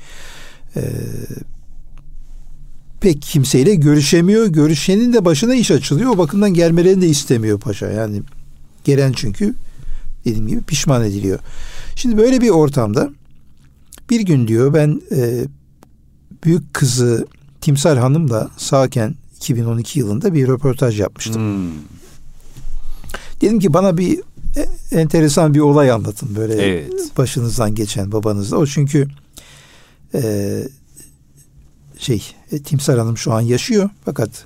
Pek kimseyle görüşemiyor. Görüşenin de başına iş açılıyor. O bakımdan gelmelerini de istemiyor paşa. Yani gelen çünkü dediğim gibi pişman ediliyor. Şimdi böyle bir ortamda bir gün diyor ben büyük kızı Timsal Hanım'la sağken 2012 yılında bir röportaj yapmıştım. Dedim ki bana bir enteresan bir olay anlatın böyle başınızdan geçen babanızla. O çünkü Timsal Hanım şu an yaşıyor fakat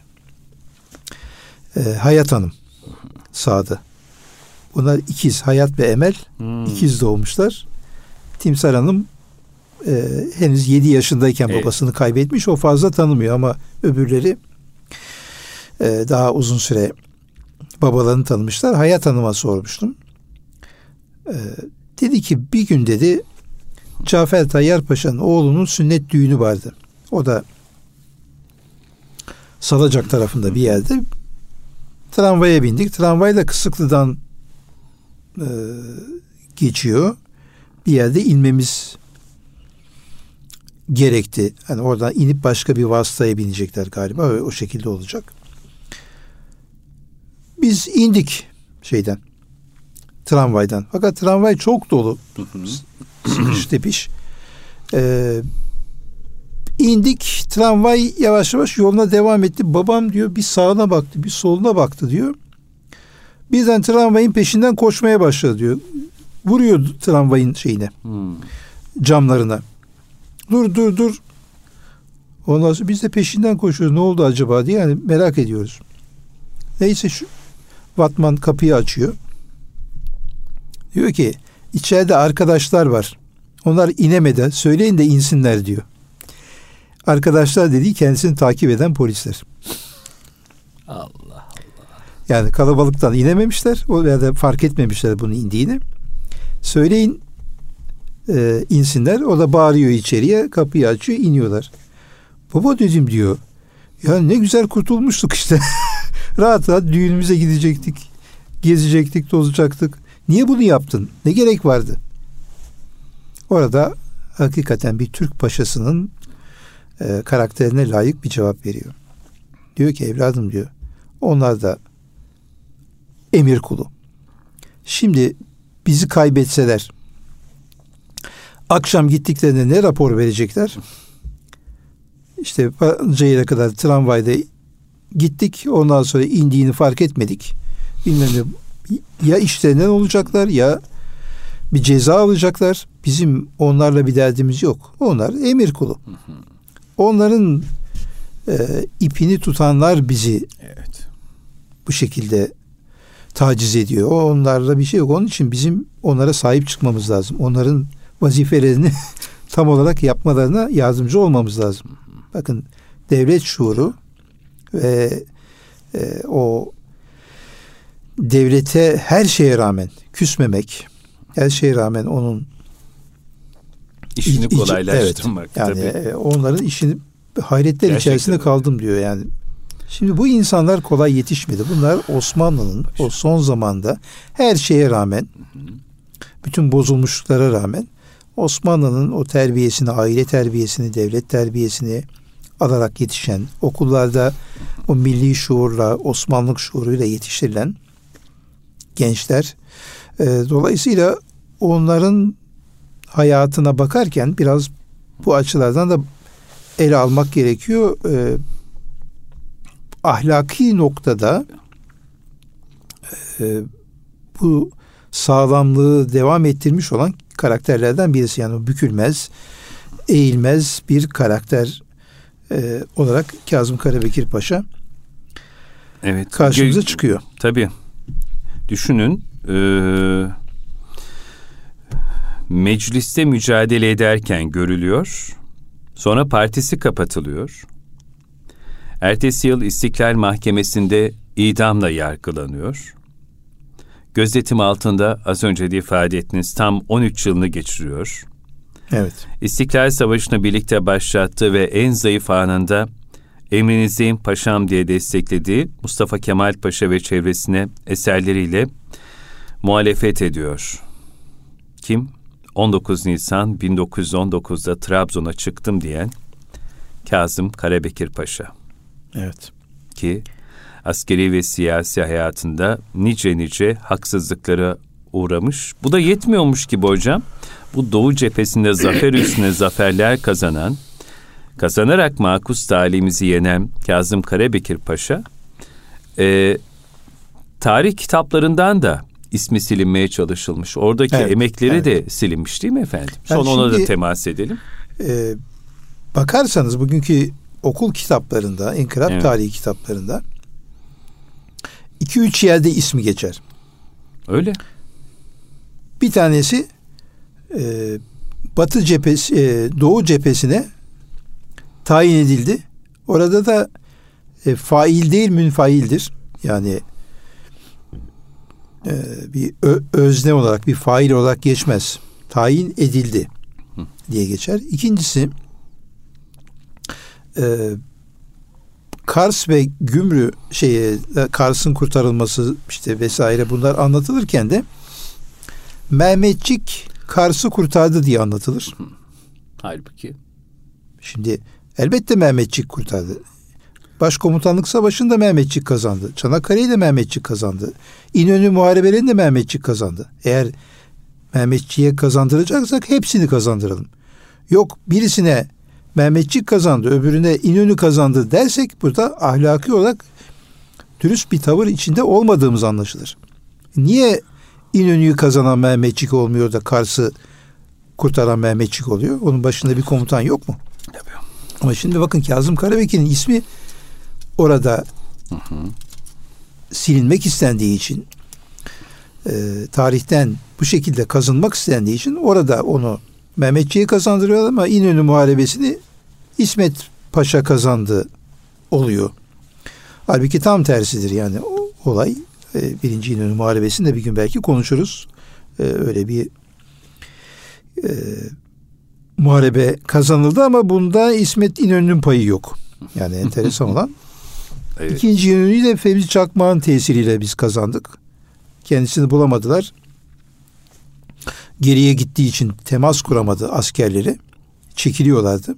Hayat Hanım sağdı. Bunlar ikiz, Hayat ve Emel ikiz doğmuşlar. Timsal Hanım henüz 7 yaşındayken babasını kaybetmiş. O fazla tanımıyor ama öbürleri daha uzun süre babalarını tanımışlar. Hayat Hanım'a sormuştum. Dedi ki bir gün dedi Cafer Tayyar Paşa'nın oğlunun sünnet düğünü vardı. O da Salacak tarafında bir yerde. Tramvaya bindik. Tramvay da Kısıklı'dan geçiyor. Bir yerde inmemiz gerekti. Hani oradan inip başka bir vasıtaya binecekler galiba. O şekilde olacak. Biz indik tramvaydan. Fakat tramvay çok dolu. Sıkış tepiş. İndik. Tramvay yavaş yavaş yoluna devam etti. Babam diyor bir sağına baktı, bir soluna baktı diyor. Birden tramvayın peşinden koşmaya başladı diyor. Vuruyor tramvayın camlarına. Dur. Ondan sonra biz de peşinden koşuyoruz. Ne oldu acaba diye yani merak ediyoruz. Neyse şu Vatman kapıyı açıyor. Diyor ki içeride arkadaşlar var. Onlar inemeden söyleyin de insinler diyor. Arkadaşlar dediği kendisini takip eden polisler. Allah Allah. Yani kalabalıktan inememişler. O ya da fark etmemişler bunun indiğini. Söyleyin insinler. O da bağırıyor içeriye. Kapıyı açıyor. İniyorlar. Baba dedim diyor. Ya ne güzel kurtulmuştuk işte. Rahat rahat düğünümüze gidecektik. Gezecektik, tozacaktık. Niye bunu yaptın? Ne gerek vardı? Orada hakikaten bir Türk paşasının karakterine layık bir cevap veriyor. Diyor ki evladım diyor. Onlar da emir kulu. Şimdi bizi kaybetseler akşam gittiklerinde ne rapor verecekler? İşte Ceyhan'a kadar tramvayda gittik. Ondan sonra indiğini fark etmedik. Bilmem ne. Ya işlerinden olacaklar ya bir ceza alacaklar. Bizim onlarla bir derdimiz yok. Onlar emir kulu. Onların ipini tutanlar bizi bu şekilde taciz ediyor. Onlarla bir şey yok. Onun için bizim onlara sahip çıkmamız lazım. Onların vazifelerini tam olarak yapmalarına yardımcı olmamız lazım. Bakın devlet şuuru ve o devlete her şeye rağmen küsmemek, her şeye rağmen onun işini kolaylaştırmak. Evet, yani onların işini hayretler gerçekten içerisinde kaldım diyor yani. Şimdi bu insanlar kolay yetişmedi. Bunlar Osmanlı'nın o son zamanda her şeye rağmen, bütün bozulmuşluklara rağmen Osmanlı'nın o terbiyesini, aile terbiyesini, devlet terbiyesini alarak yetişen, okullarda o milli şuurla, Osmanlık şuuruyla yetiştirilen gençler. Dolayısıyla onların hayatına bakarken biraz bu açılardan da ele almak gerekiyor. Ahlaki noktada bu sağlamlığı devam ettirmiş olan karakterlerden birisi. Yani bükülmez, eğilmez bir karakter olarak Kazım Karabekir Paşa karşımıza çıkıyor. Tabii. Düşünün mecliste mücadele ederken görülüyor. Sonra partisi kapatılıyor. Ertesi yıl İstiklal Mahkemesi'nde idamla yargılanıyor. Gözetim altında az önce de ifade ettiniz tam 13 yılını geçiriyor. Evet. İstiklal Savaşı'nı birlikte başlattığı ve en zayıf anında emrinizdeyim paşam diye desteklediği Mustafa Kemal Paşa ve çevresine eserleriyle muhalefet ediyor. Kim? 19 Nisan 1919'da Trabzon'a çıktım diyen Kazım Karabekir Paşa. Evet. Ki askeri ve siyasi hayatında nice haksızlıklara uğramış. Bu da yetmiyormuş gibi hocam. Bu Doğu cephesinde zafer üstüne zaferler kazanarak makus talimizi yenen Kazım Karabekir Paşa tarih kitaplarından da ismi silinmeye çalışılmış. Oradaki emekleri de silinmiş değil mi efendim? Sonra ona da temas edelim. Bakarsanız bugünkü okul kitaplarında, inkılap tarihi kitaplarında 2-3 yerde ismi geçer. Öyle. Bir tanesi Batı cephesi, Doğu cephesine tayin edildi. Orada da fail değil münfaildir. Yani bir özne olarak, bir fail olarak geçmez. Tayin edildi diye geçer. İkincisi, Kars ve Gümrü Kars'ın kurtarılması işte vesaire, bunlar anlatılırken de Mehmetçik Kars'ı kurtardı diye anlatılır. Halbuki şimdi elbette Mehmetçik kurtardı. Başkomutanlık Savaşı'nda Mehmetçik kazandı. Çanakkale'yi de Mehmetçik kazandı. İnönü muharebelerini de Mehmetçik kazandı. Eğer Mehmetçiğe kazandıracaksak hepsini kazandıralım. Yok, birisine Mehmetçik kazandı, öbürüne İnönü kazandı dersek burada ahlaki olarak dürüst bir tavır içinde olmadığımız anlaşılır. Niye İnönü'yü kazanan Mehmetçik olmuyor da Kars'ı kurtaran Mehmetçik oluyor? Onun başında bir komutan yok mu? Tabii. Ama şimdi bakın, Kazım Karabekir'in ismi orada silinmek istendiği için, tarihten bu şekilde kazınmak istendiği için orada onu Mehmetçiğe kazandırıyor ama İnönü Muharebesi'ni İsmet Paşa kazandı oluyor. Halbuki tam tersidir yani olay. 1. İnönü Muharebesi'nde bir gün belki konuşuruz. Öyle bir muharebe kazanıldı ama bunda İsmet İnönü'nün payı yok. Yani enteresan olan. Evet. 2. İnönü'yü de Fevzi Çakmak'ın tesiriyle biz kazandık. Kendisini bulamadılar. Geriye gittiği için temas kuramadı askerleri. Çekiliyorlardı.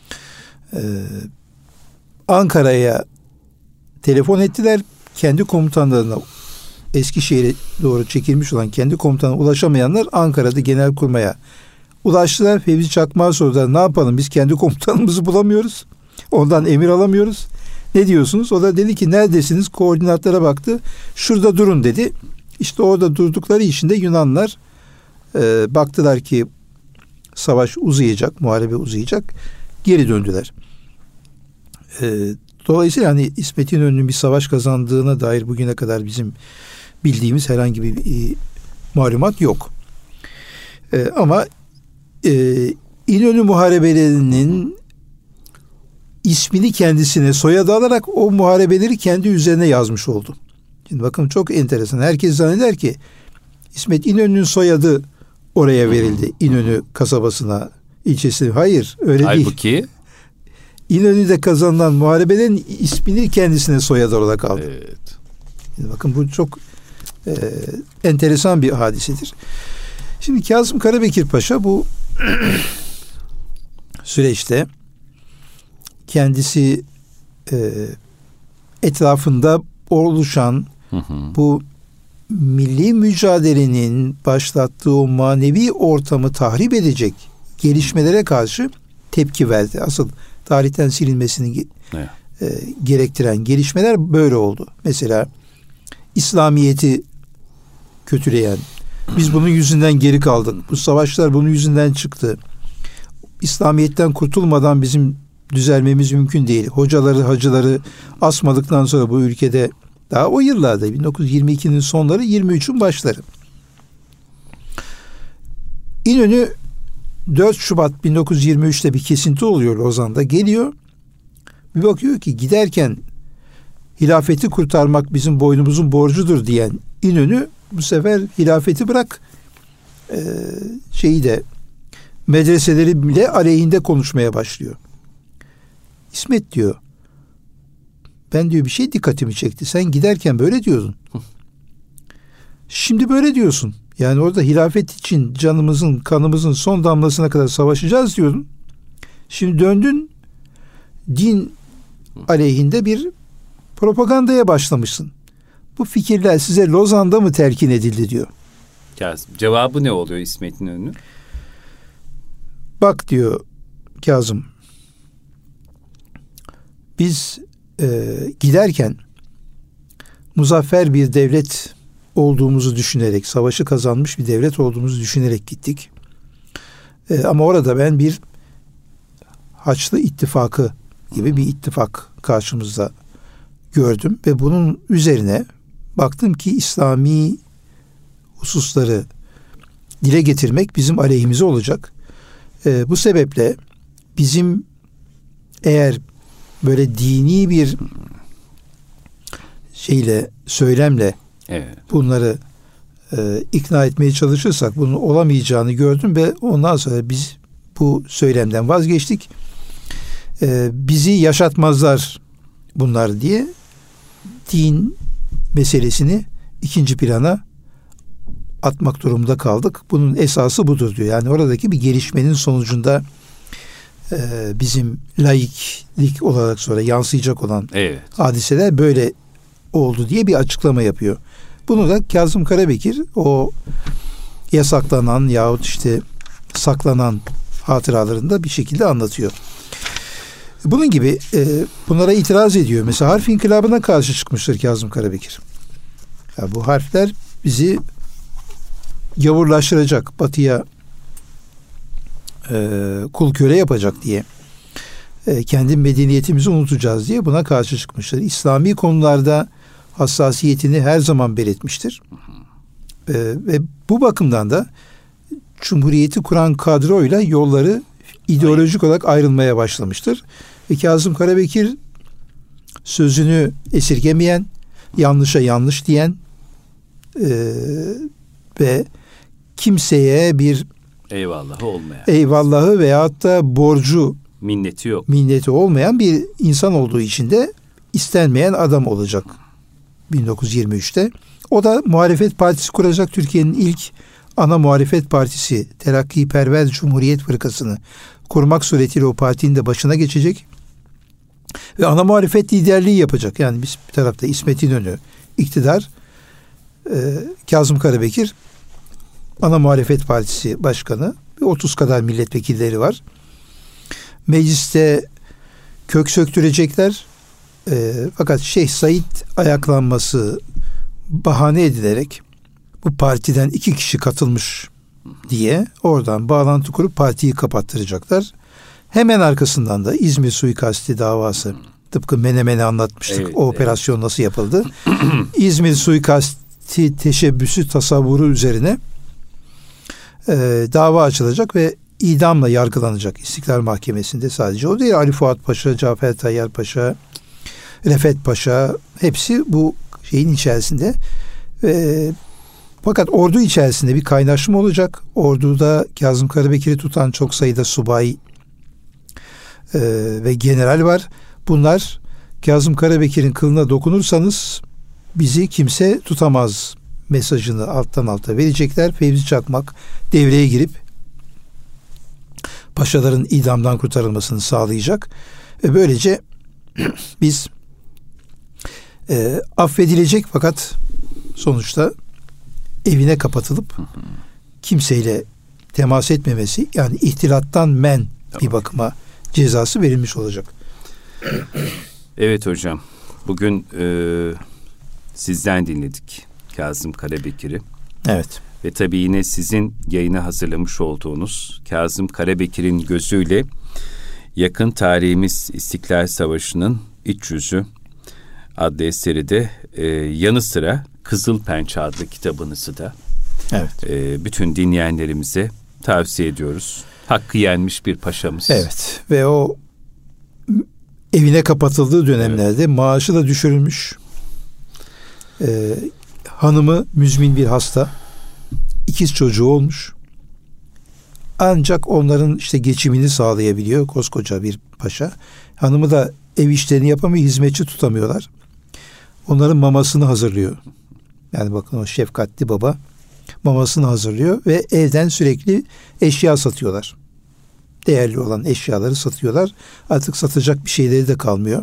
Ankara'ya telefon ettiler. Kendi komutanlarına, Eskişehir'e doğru çekilmiş olan kendi komutanına ulaşamayanlar Ankara'da Genelkurmay'a ulaştılar. Fevzi Çakmak'a sordular, ne yapalım, biz kendi komutanımızı bulamıyoruz. Ondan emir alamıyoruz. Ne diyorsunuz? O da dedi ki, neredesiniz? Koordinatlara baktı. Şurada durun dedi. İşte orada durdukları için de Yunanlar baktılar ki savaş uzayacak, muharebe uzayacak. Geri döndüler. Dolayısıyla hani İsmet İnönü'nün bir savaş kazandığına dair bugüne kadar bizim bildiğimiz herhangi bir malumat yok. Ama İnönü muharebelerinin ismini kendisine, soyadı alarak o muharebeleri kendi üzerine yazmış oldu. Şimdi bakın, çok enteresan. Herkes zanneder ki İsmet İnönü'nün soyadı oraya verildi. İnönü kasabasına, ilçesine. Hayır, öyle değil. Halbuki İnönü'de kazanılan muharebelerin ismini kendisine soyadı olarak aldı. Evet. Şimdi bakın, bu çok enteresan bir hadisedir. Şimdi Kazım Karabekir Paşa bu süreçte kendisi etrafında oluşan bu milli mücadelenin başlattığı o manevi ortamı tahrip edecek gelişmelere karşı tepki verdi. Asıl tarihten silinmesini gerektiren gelişmeler böyle oldu. Mesela İslamiyet'i kötüleyen, biz bunun yüzünden geri kaldık, bu savaşlar bunun yüzünden çıktı, İslamiyet'ten kurtulmadan bizim düzelmemiz mümkün değil. Hocaları, hacıları asmadıktan sonra bu ülkede, daha o yıllarda 1922'nin sonları, 23'ün başları. İnönü 4 Şubat 1923'te bir kesinti oluyor Lozan'da. Geliyor, bir bakıyor ki giderken hilafeti kurtarmak bizim boynumuzun borcudur diyen İnönü bu sefer hilafeti bırak, medreseleri bile aleyhinde konuşmaya başlıyor. İsmet diyor, ben diyor bir şey dikkatimi çekti. Sen giderken böyle diyordun. Şimdi böyle diyorsun. Yani orada hilafet için canımızın, kanımızın son damlasına kadar savaşacağız diyordun. Şimdi döndün, din aleyhinde bir propagandaya başlamışsın. Bu fikirler size Lozan'da mı telkin edildi diyor. Kazım, cevabı ne oluyor İsmet İnönü? Bak diyor Kazım, biz giderken muzaffer bir devlet olduğumuzu düşünerek, savaşı kazanmış bir devlet olduğumuzu düşünerek gittik. Ama orada ben bir Haçlı ittifakı gibi bir ittifak karşımızda gördüm ve bunun üzerine baktım ki İslami hususları dile getirmek bizim aleyhimize olacak. Bu sebeple bizim eğer böyle dini bir söylemle bunları ikna etmeye çalışırsak bunun olamayacağını gördüm ve ondan sonra biz bu söylemden vazgeçtik. Bizi yaşatmazlar bunlar diye din meselesini ikinci plana atmak durumunda kaldık. Bunun esası budur diyor. Yani oradaki bir gelişmenin sonucunda bizim laiklik olarak sonra yansıyacak olan hadiseler böyle oldu diye bir açıklama yapıyor. Bunu da Kazım Karabekir o yasaklanan yahut işte saklanan hatıralarında bir şekilde anlatıyor. Bunun gibi bunlara itiraz ediyor. Mesela harf inkılabına karşı çıkmıştır Kazım Karabekir. Yani bu harfler bizi gavurlaştıracak, batıya kul köle yapacak diye, kendi medeniyetimizi unutacağız diye buna karşı çıkmıştır. İslami konularda hassasiyetini her zaman belirtmiştir. Ve bu bakımdan da Cumhuriyeti kuran kadroyla yolları ideolojik olarak ayrılmaya başlamıştır. Ve Kazım Karabekir sözünü esirgemeyen, yanlışa yanlış diyen ve kimseye bir eyvallahı veyahut da borcu, minneti olmayan bir insan olduğu için de istenmeyen adam olacak 1923'te. O da muhalefet partisi kuracak. Türkiye'nin ilk ana muhalefet partisi Terakkiperver Cumhuriyet Fırkası'nı kurmak suretiyle o partinin de başına geçecek. Ve ana muhalefet liderliği yapacak. Yani biz bir tarafta İsmet İnönü iktidar, Kazım Karabekir ana muhalefet partisi başkanı ve 30 kadar milletvekilleri var. Mecliste kök söktürecekler. Fakat Şeyh Said ayaklanması bahane edilerek bu partiden 2 kişi katılmış diye oradan bağlantı kurup partiyi kapattıracaklar. Hemen arkasından da İzmir suikasti davası, tıpkı Menemen'i anlatmıştık. Evet, o operasyon nasıl yapıldı. İzmir suikasti teşebbüsü tasavvuru üzerine dava açılacak ve idamla yargılanacak İstiklal Mahkemesi'nde. Sadece o değil, Ali Fuat Paşa, Cafer Tayyar Paşa, Refet Paşa, hepsi bu şeyin içerisinde. Fakat ordu içerisinde bir kaynaşma olacak. Orduda Kazım Karabekir'i tutan çok sayıda subay ve general var. Bunlar Kazım Karabekir'in kılına dokunursanız bizi kimse tutamaz mesajını alttan alta verecekler. Fevzi Çakmak devreye girip paşaların idamdan kurtarılmasını sağlayacak. Ve böylece biz affedilecek fakat sonuçta evine kapatılıp kimseyle temas etmemesi, yani ihtilattan men bir bakıma cezası verilmiş olacak. Evet hocam. Bugün sizden dinledik Kazım Karabekir'i. Evet. Ve tabii yine sizin yayına hazırlamış olduğunuz Kazım Karabekir'in gözüyle yakın tarihimiz İstiklal Savaşı'nın iç yüzü adlı eseri de yanı sıra Kızıl Pençe adlı kitabınızı da bütün dinleyenlerimize tavsiye ediyoruz. Hakkı yenmiş bir paşamız. Evet, ve o evine kapatıldığı dönemlerde maaşı da düşürülmüş. Hanımı müzmin bir hasta. 2 çocuğu olmuş. Ancak onların işte geçimini sağlayabiliyor koskoca bir paşa. Hanımı da ev işlerini yapamıyor, hizmetçi tutamıyorlar. Onların mamasını hazırlıyor. Yani bakın, o şefkatli baba mamasını hazırlıyor ve evden sürekli eşya satıyorlar. Değerli olan eşyaları satıyorlar. Artık satacak bir şeyleri de kalmıyor.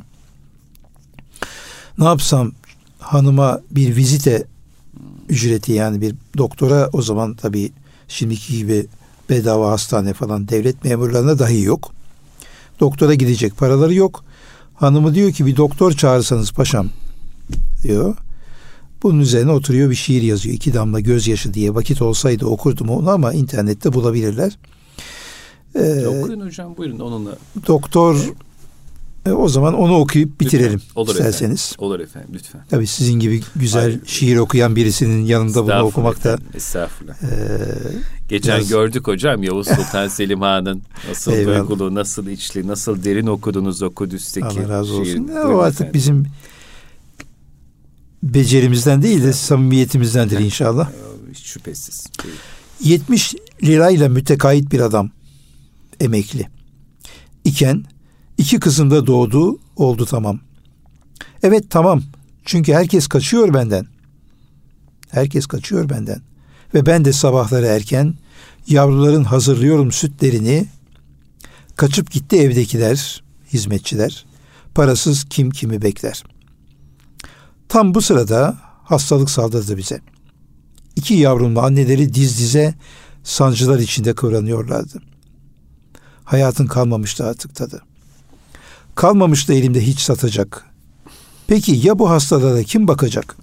Ne yapsam, hanıma bir vizite ücreti, yani bir doktora, o zaman tabii şimdiki gibi bedava hastane falan devlet memurlarına dahi yok. Doktora gidecek paraları yok. Hanımı diyor ki bir doktor çağırsanız paşam diyor. Bunun üzerine oturuyor, bir şiir yazıyor. 2 damla gözyaşı diye. Vakit olsaydı okurdum onu ama internette bulabilirler. Okuyun hocam, buyurun onunla. Doktor o zaman onu okuyup bitirelim olur isterseniz. Efendim. Olur efendim, lütfen. Tabii sizin gibi güzel şiir okuyan birisinin yanında bunu okumak da. Estağfurullah. Geçen gördük hocam Yavuz Sultan Selim Han'ın nasıl duygulu, nasıl içli, nasıl derin okudunuz o Kudüs'teki Allah razı olsun. O artık efendim bizim becerimizden değil de samimiyetimizdendir inşallah. Hiç şüphesiz. 70 lirayla mütekait bir adam, emekli iken 2 kızım da doğdu, oldu tamam. Evet tamam, çünkü herkes kaçıyor benden. Herkes kaçıyor benden. Ve ben de sabahları erken yavruların hazırlıyorum sütlerini. Kaçıp gitti evdekiler, hizmetçiler. Parasız kim kimi bekler. Tam bu sırada hastalık saldırdı bize. 2 yavrumla anneleri diz dize sancılar içinde kıvranıyorlardı. Hayatın kalmamıştı artık tadı. Kalmamıştı elimde hiç satacak. Peki ya bu hastalara kim bakacak?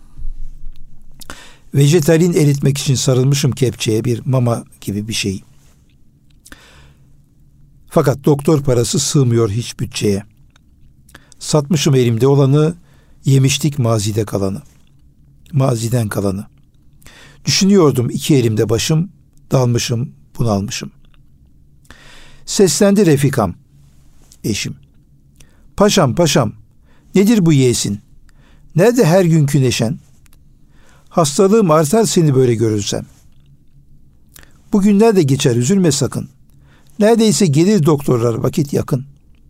Vejetalin eritmek için sarılmışım kepçeye, bir mama gibi bir şey. Fakat doktor parası sığmıyor hiç bütçeye. Satmışım elimde olanı, yemiştik mazide kalanı. Maziden kalanı. Düşünüyordum 2 elimde başım, dalmışım, bunalmışım. Seslendi Refikam, eşim. Paşam paşam, nedir bu yeğsin? Nerede her günkü neşen? Hastalığım artar seni böyle görürsem. Bugünler de geçer, üzülme sakın. Neredeyse gelir doktorlar, vakit yakın.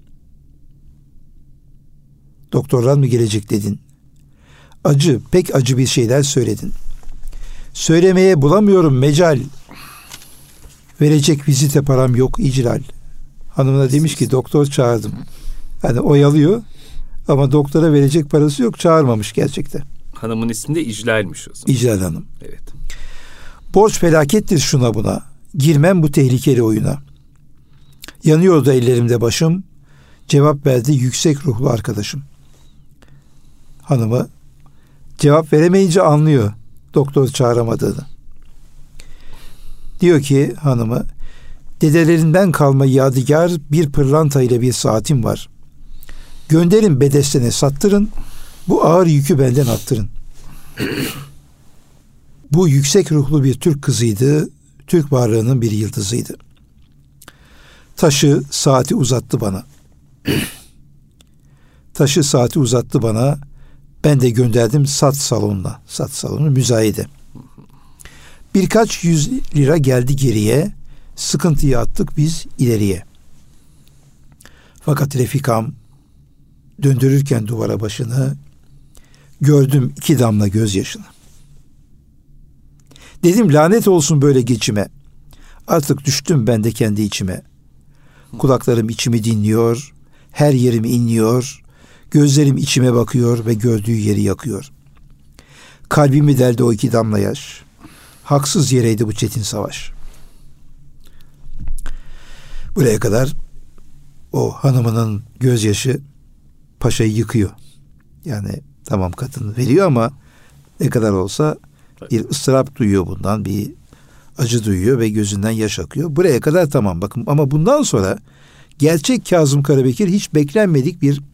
Doktorlar mı gelecek dedin? Acı, pek acı bir şeyler söyledin. Söylemeye bulamıyorum mecal. Verecek vizite param yok icral. Hanımına demiş ki doktor çağırdım. Yani oyalıyor ama doktora verecek parası yok, çağırmamış gerçekten. Hanımın ismi de İclal'miş o zaman. İclal Hanım. Evet. Borç felakettir şuna buna. Girmem bu tehlikeli oyuna. Yanıyordu ellerimde başım. Cevap verdi yüksek ruhlu arkadaşım. Hanımı cevap veremeyince anlıyor doktor çağıramadığını. Diyor ki hanımı, dedelerinden kalma yadigar bir pırlanta ile bir saatim var. Gönderin bedestene sattırın, bu ağır yükü benden attırın. Bu yüksek ruhlu bir Türk kızıydı, Türk varlığının bir yıldızıydı. Taşı saati uzattı bana. Taşı saati uzattı bana. Ben de gönderdim sat salonu müzayede. Birkaç 100 lira geldi geriye. Sıkıntıyı attık biz ileriye. Fakat Refikam döndürürken duvara başını gördüm 2 damla gözyaşını. Dedim lanet olsun böyle geçime. Artık düştüm ben de kendi içime. Kulaklarım içimi dinliyor, her yerim inliyor, gözlerim içime bakıyor ve gördüğü yeri yakıyor. Kalbimi deldi o 2 damla yaş. Haksız yereydi bu çetin savaş. Buraya kadar o hanımının gözyaşı paşayı yıkıyor. Yani tamam kadın veriyor ama ne kadar olsa bir ıstırap duyuyor bundan, bir acı duyuyor ve gözünden yaş akıyor. Buraya kadar tamam bakın ama bundan sonra gerçek Kazım Karabekir hiç beklenmedik bir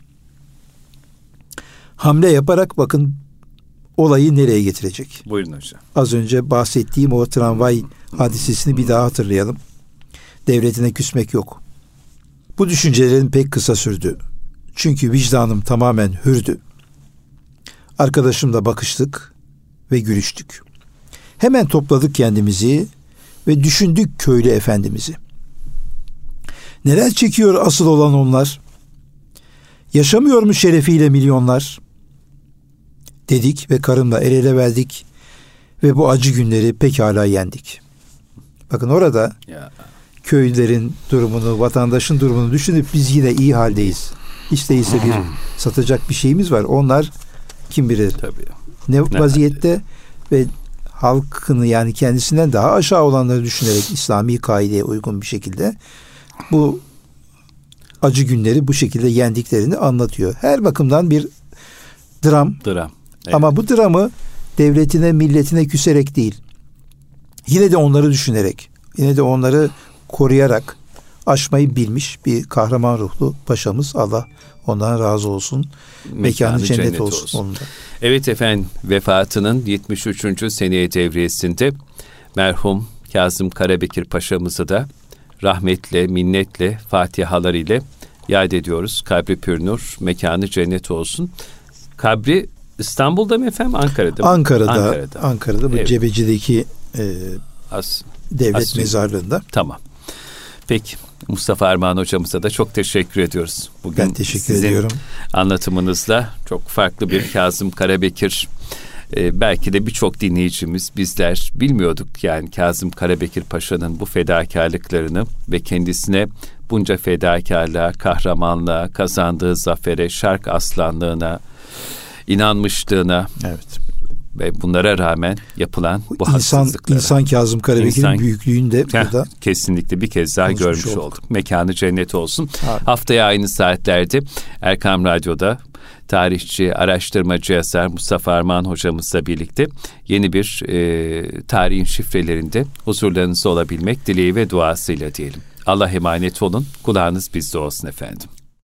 hamle yaparak bakın olayı nereye getirecek. Buyurun hocam. Az önce bahsettiğim o tramvay hadisesini bir daha hatırlayalım. Devletine küsmek yok. Bu düşüncelerim pek kısa sürdü. Çünkü vicdanım tamamen hürdü. Arkadaşımla bakıştık ve gülüştük. Hemen topladık kendimizi ve düşündük köylü efendimizi. Neler çekiyor asıl olan onlar? Yaşamıyor mu şerefiyle milyonlar? Dedik ve karımla el ele verdik ve bu acı günleri pekala yendik. Bakın orada köylülerin durumunu, vatandaşın durumunu düşünüp biz yine iyi haldeyiz. Hiç değilse bir satacak bir şeyimiz var. Onlar kim bilir ne vaziyette ve halkını yani kendisinden daha aşağı olanları düşünerek İslami kaideye uygun bir şekilde bu acı günleri bu şekilde yendiklerini anlatıyor. Her bakımdan bir dram. Evet. Ama bu dramı devletine, milletine küserek değil. Yine de onları düşünerek, yine de onları koruyarak aşmayı bilmiş bir kahraman ruhlu paşamız. Allah ondan razı olsun. Mekanı cennet olsun. Onun da. Evet efendim, vefatının 73. seneye devriyesinde merhum Kazım Karabekir Paşa'mızı da rahmetle, minnetle, fatihalar ile yad ediyoruz. Kabri pür nur, mekanı cennet olsun. Kabri İstanbul'da mı efendim? Ankara'da mı? Ankara'da bu evet. Cebeci'deki devlet mezarlığında. Tamam. Peki. Mustafa Armağan hocamıza da çok teşekkür ediyoruz. Bugün ben teşekkür ediyorum. Anlatımınızla çok farklı bir Kazım Karabekir, belki de birçok dinleyicimiz, bizler bilmiyorduk yani Kazım Karabekir Paşa'nın bu fedakarlıklarını ve kendisine bunca fedakarlığa, kahramanlığa, kazandığı zafere, şark aslanlığına, inanmışlığına. Evet. Ve bunlara rağmen yapılan bu haksızlıklara. İnsan Kazım Karabekir'in büyüklüğünü de burada kesinlikle bir kez daha görmüş olduk. Mekanı cennet olsun. Abi. Haftaya aynı saatlerde Erkam Radyo'da tarihçi, araştırmacı, yazar Mustafa Armağan hocamızla birlikte yeni bir tarihin şifrelerinde huzurlarınızda olabilmek dileği ve duasıyla diyelim. Allah emanet olun. Kulağınız bizde olsun efendim.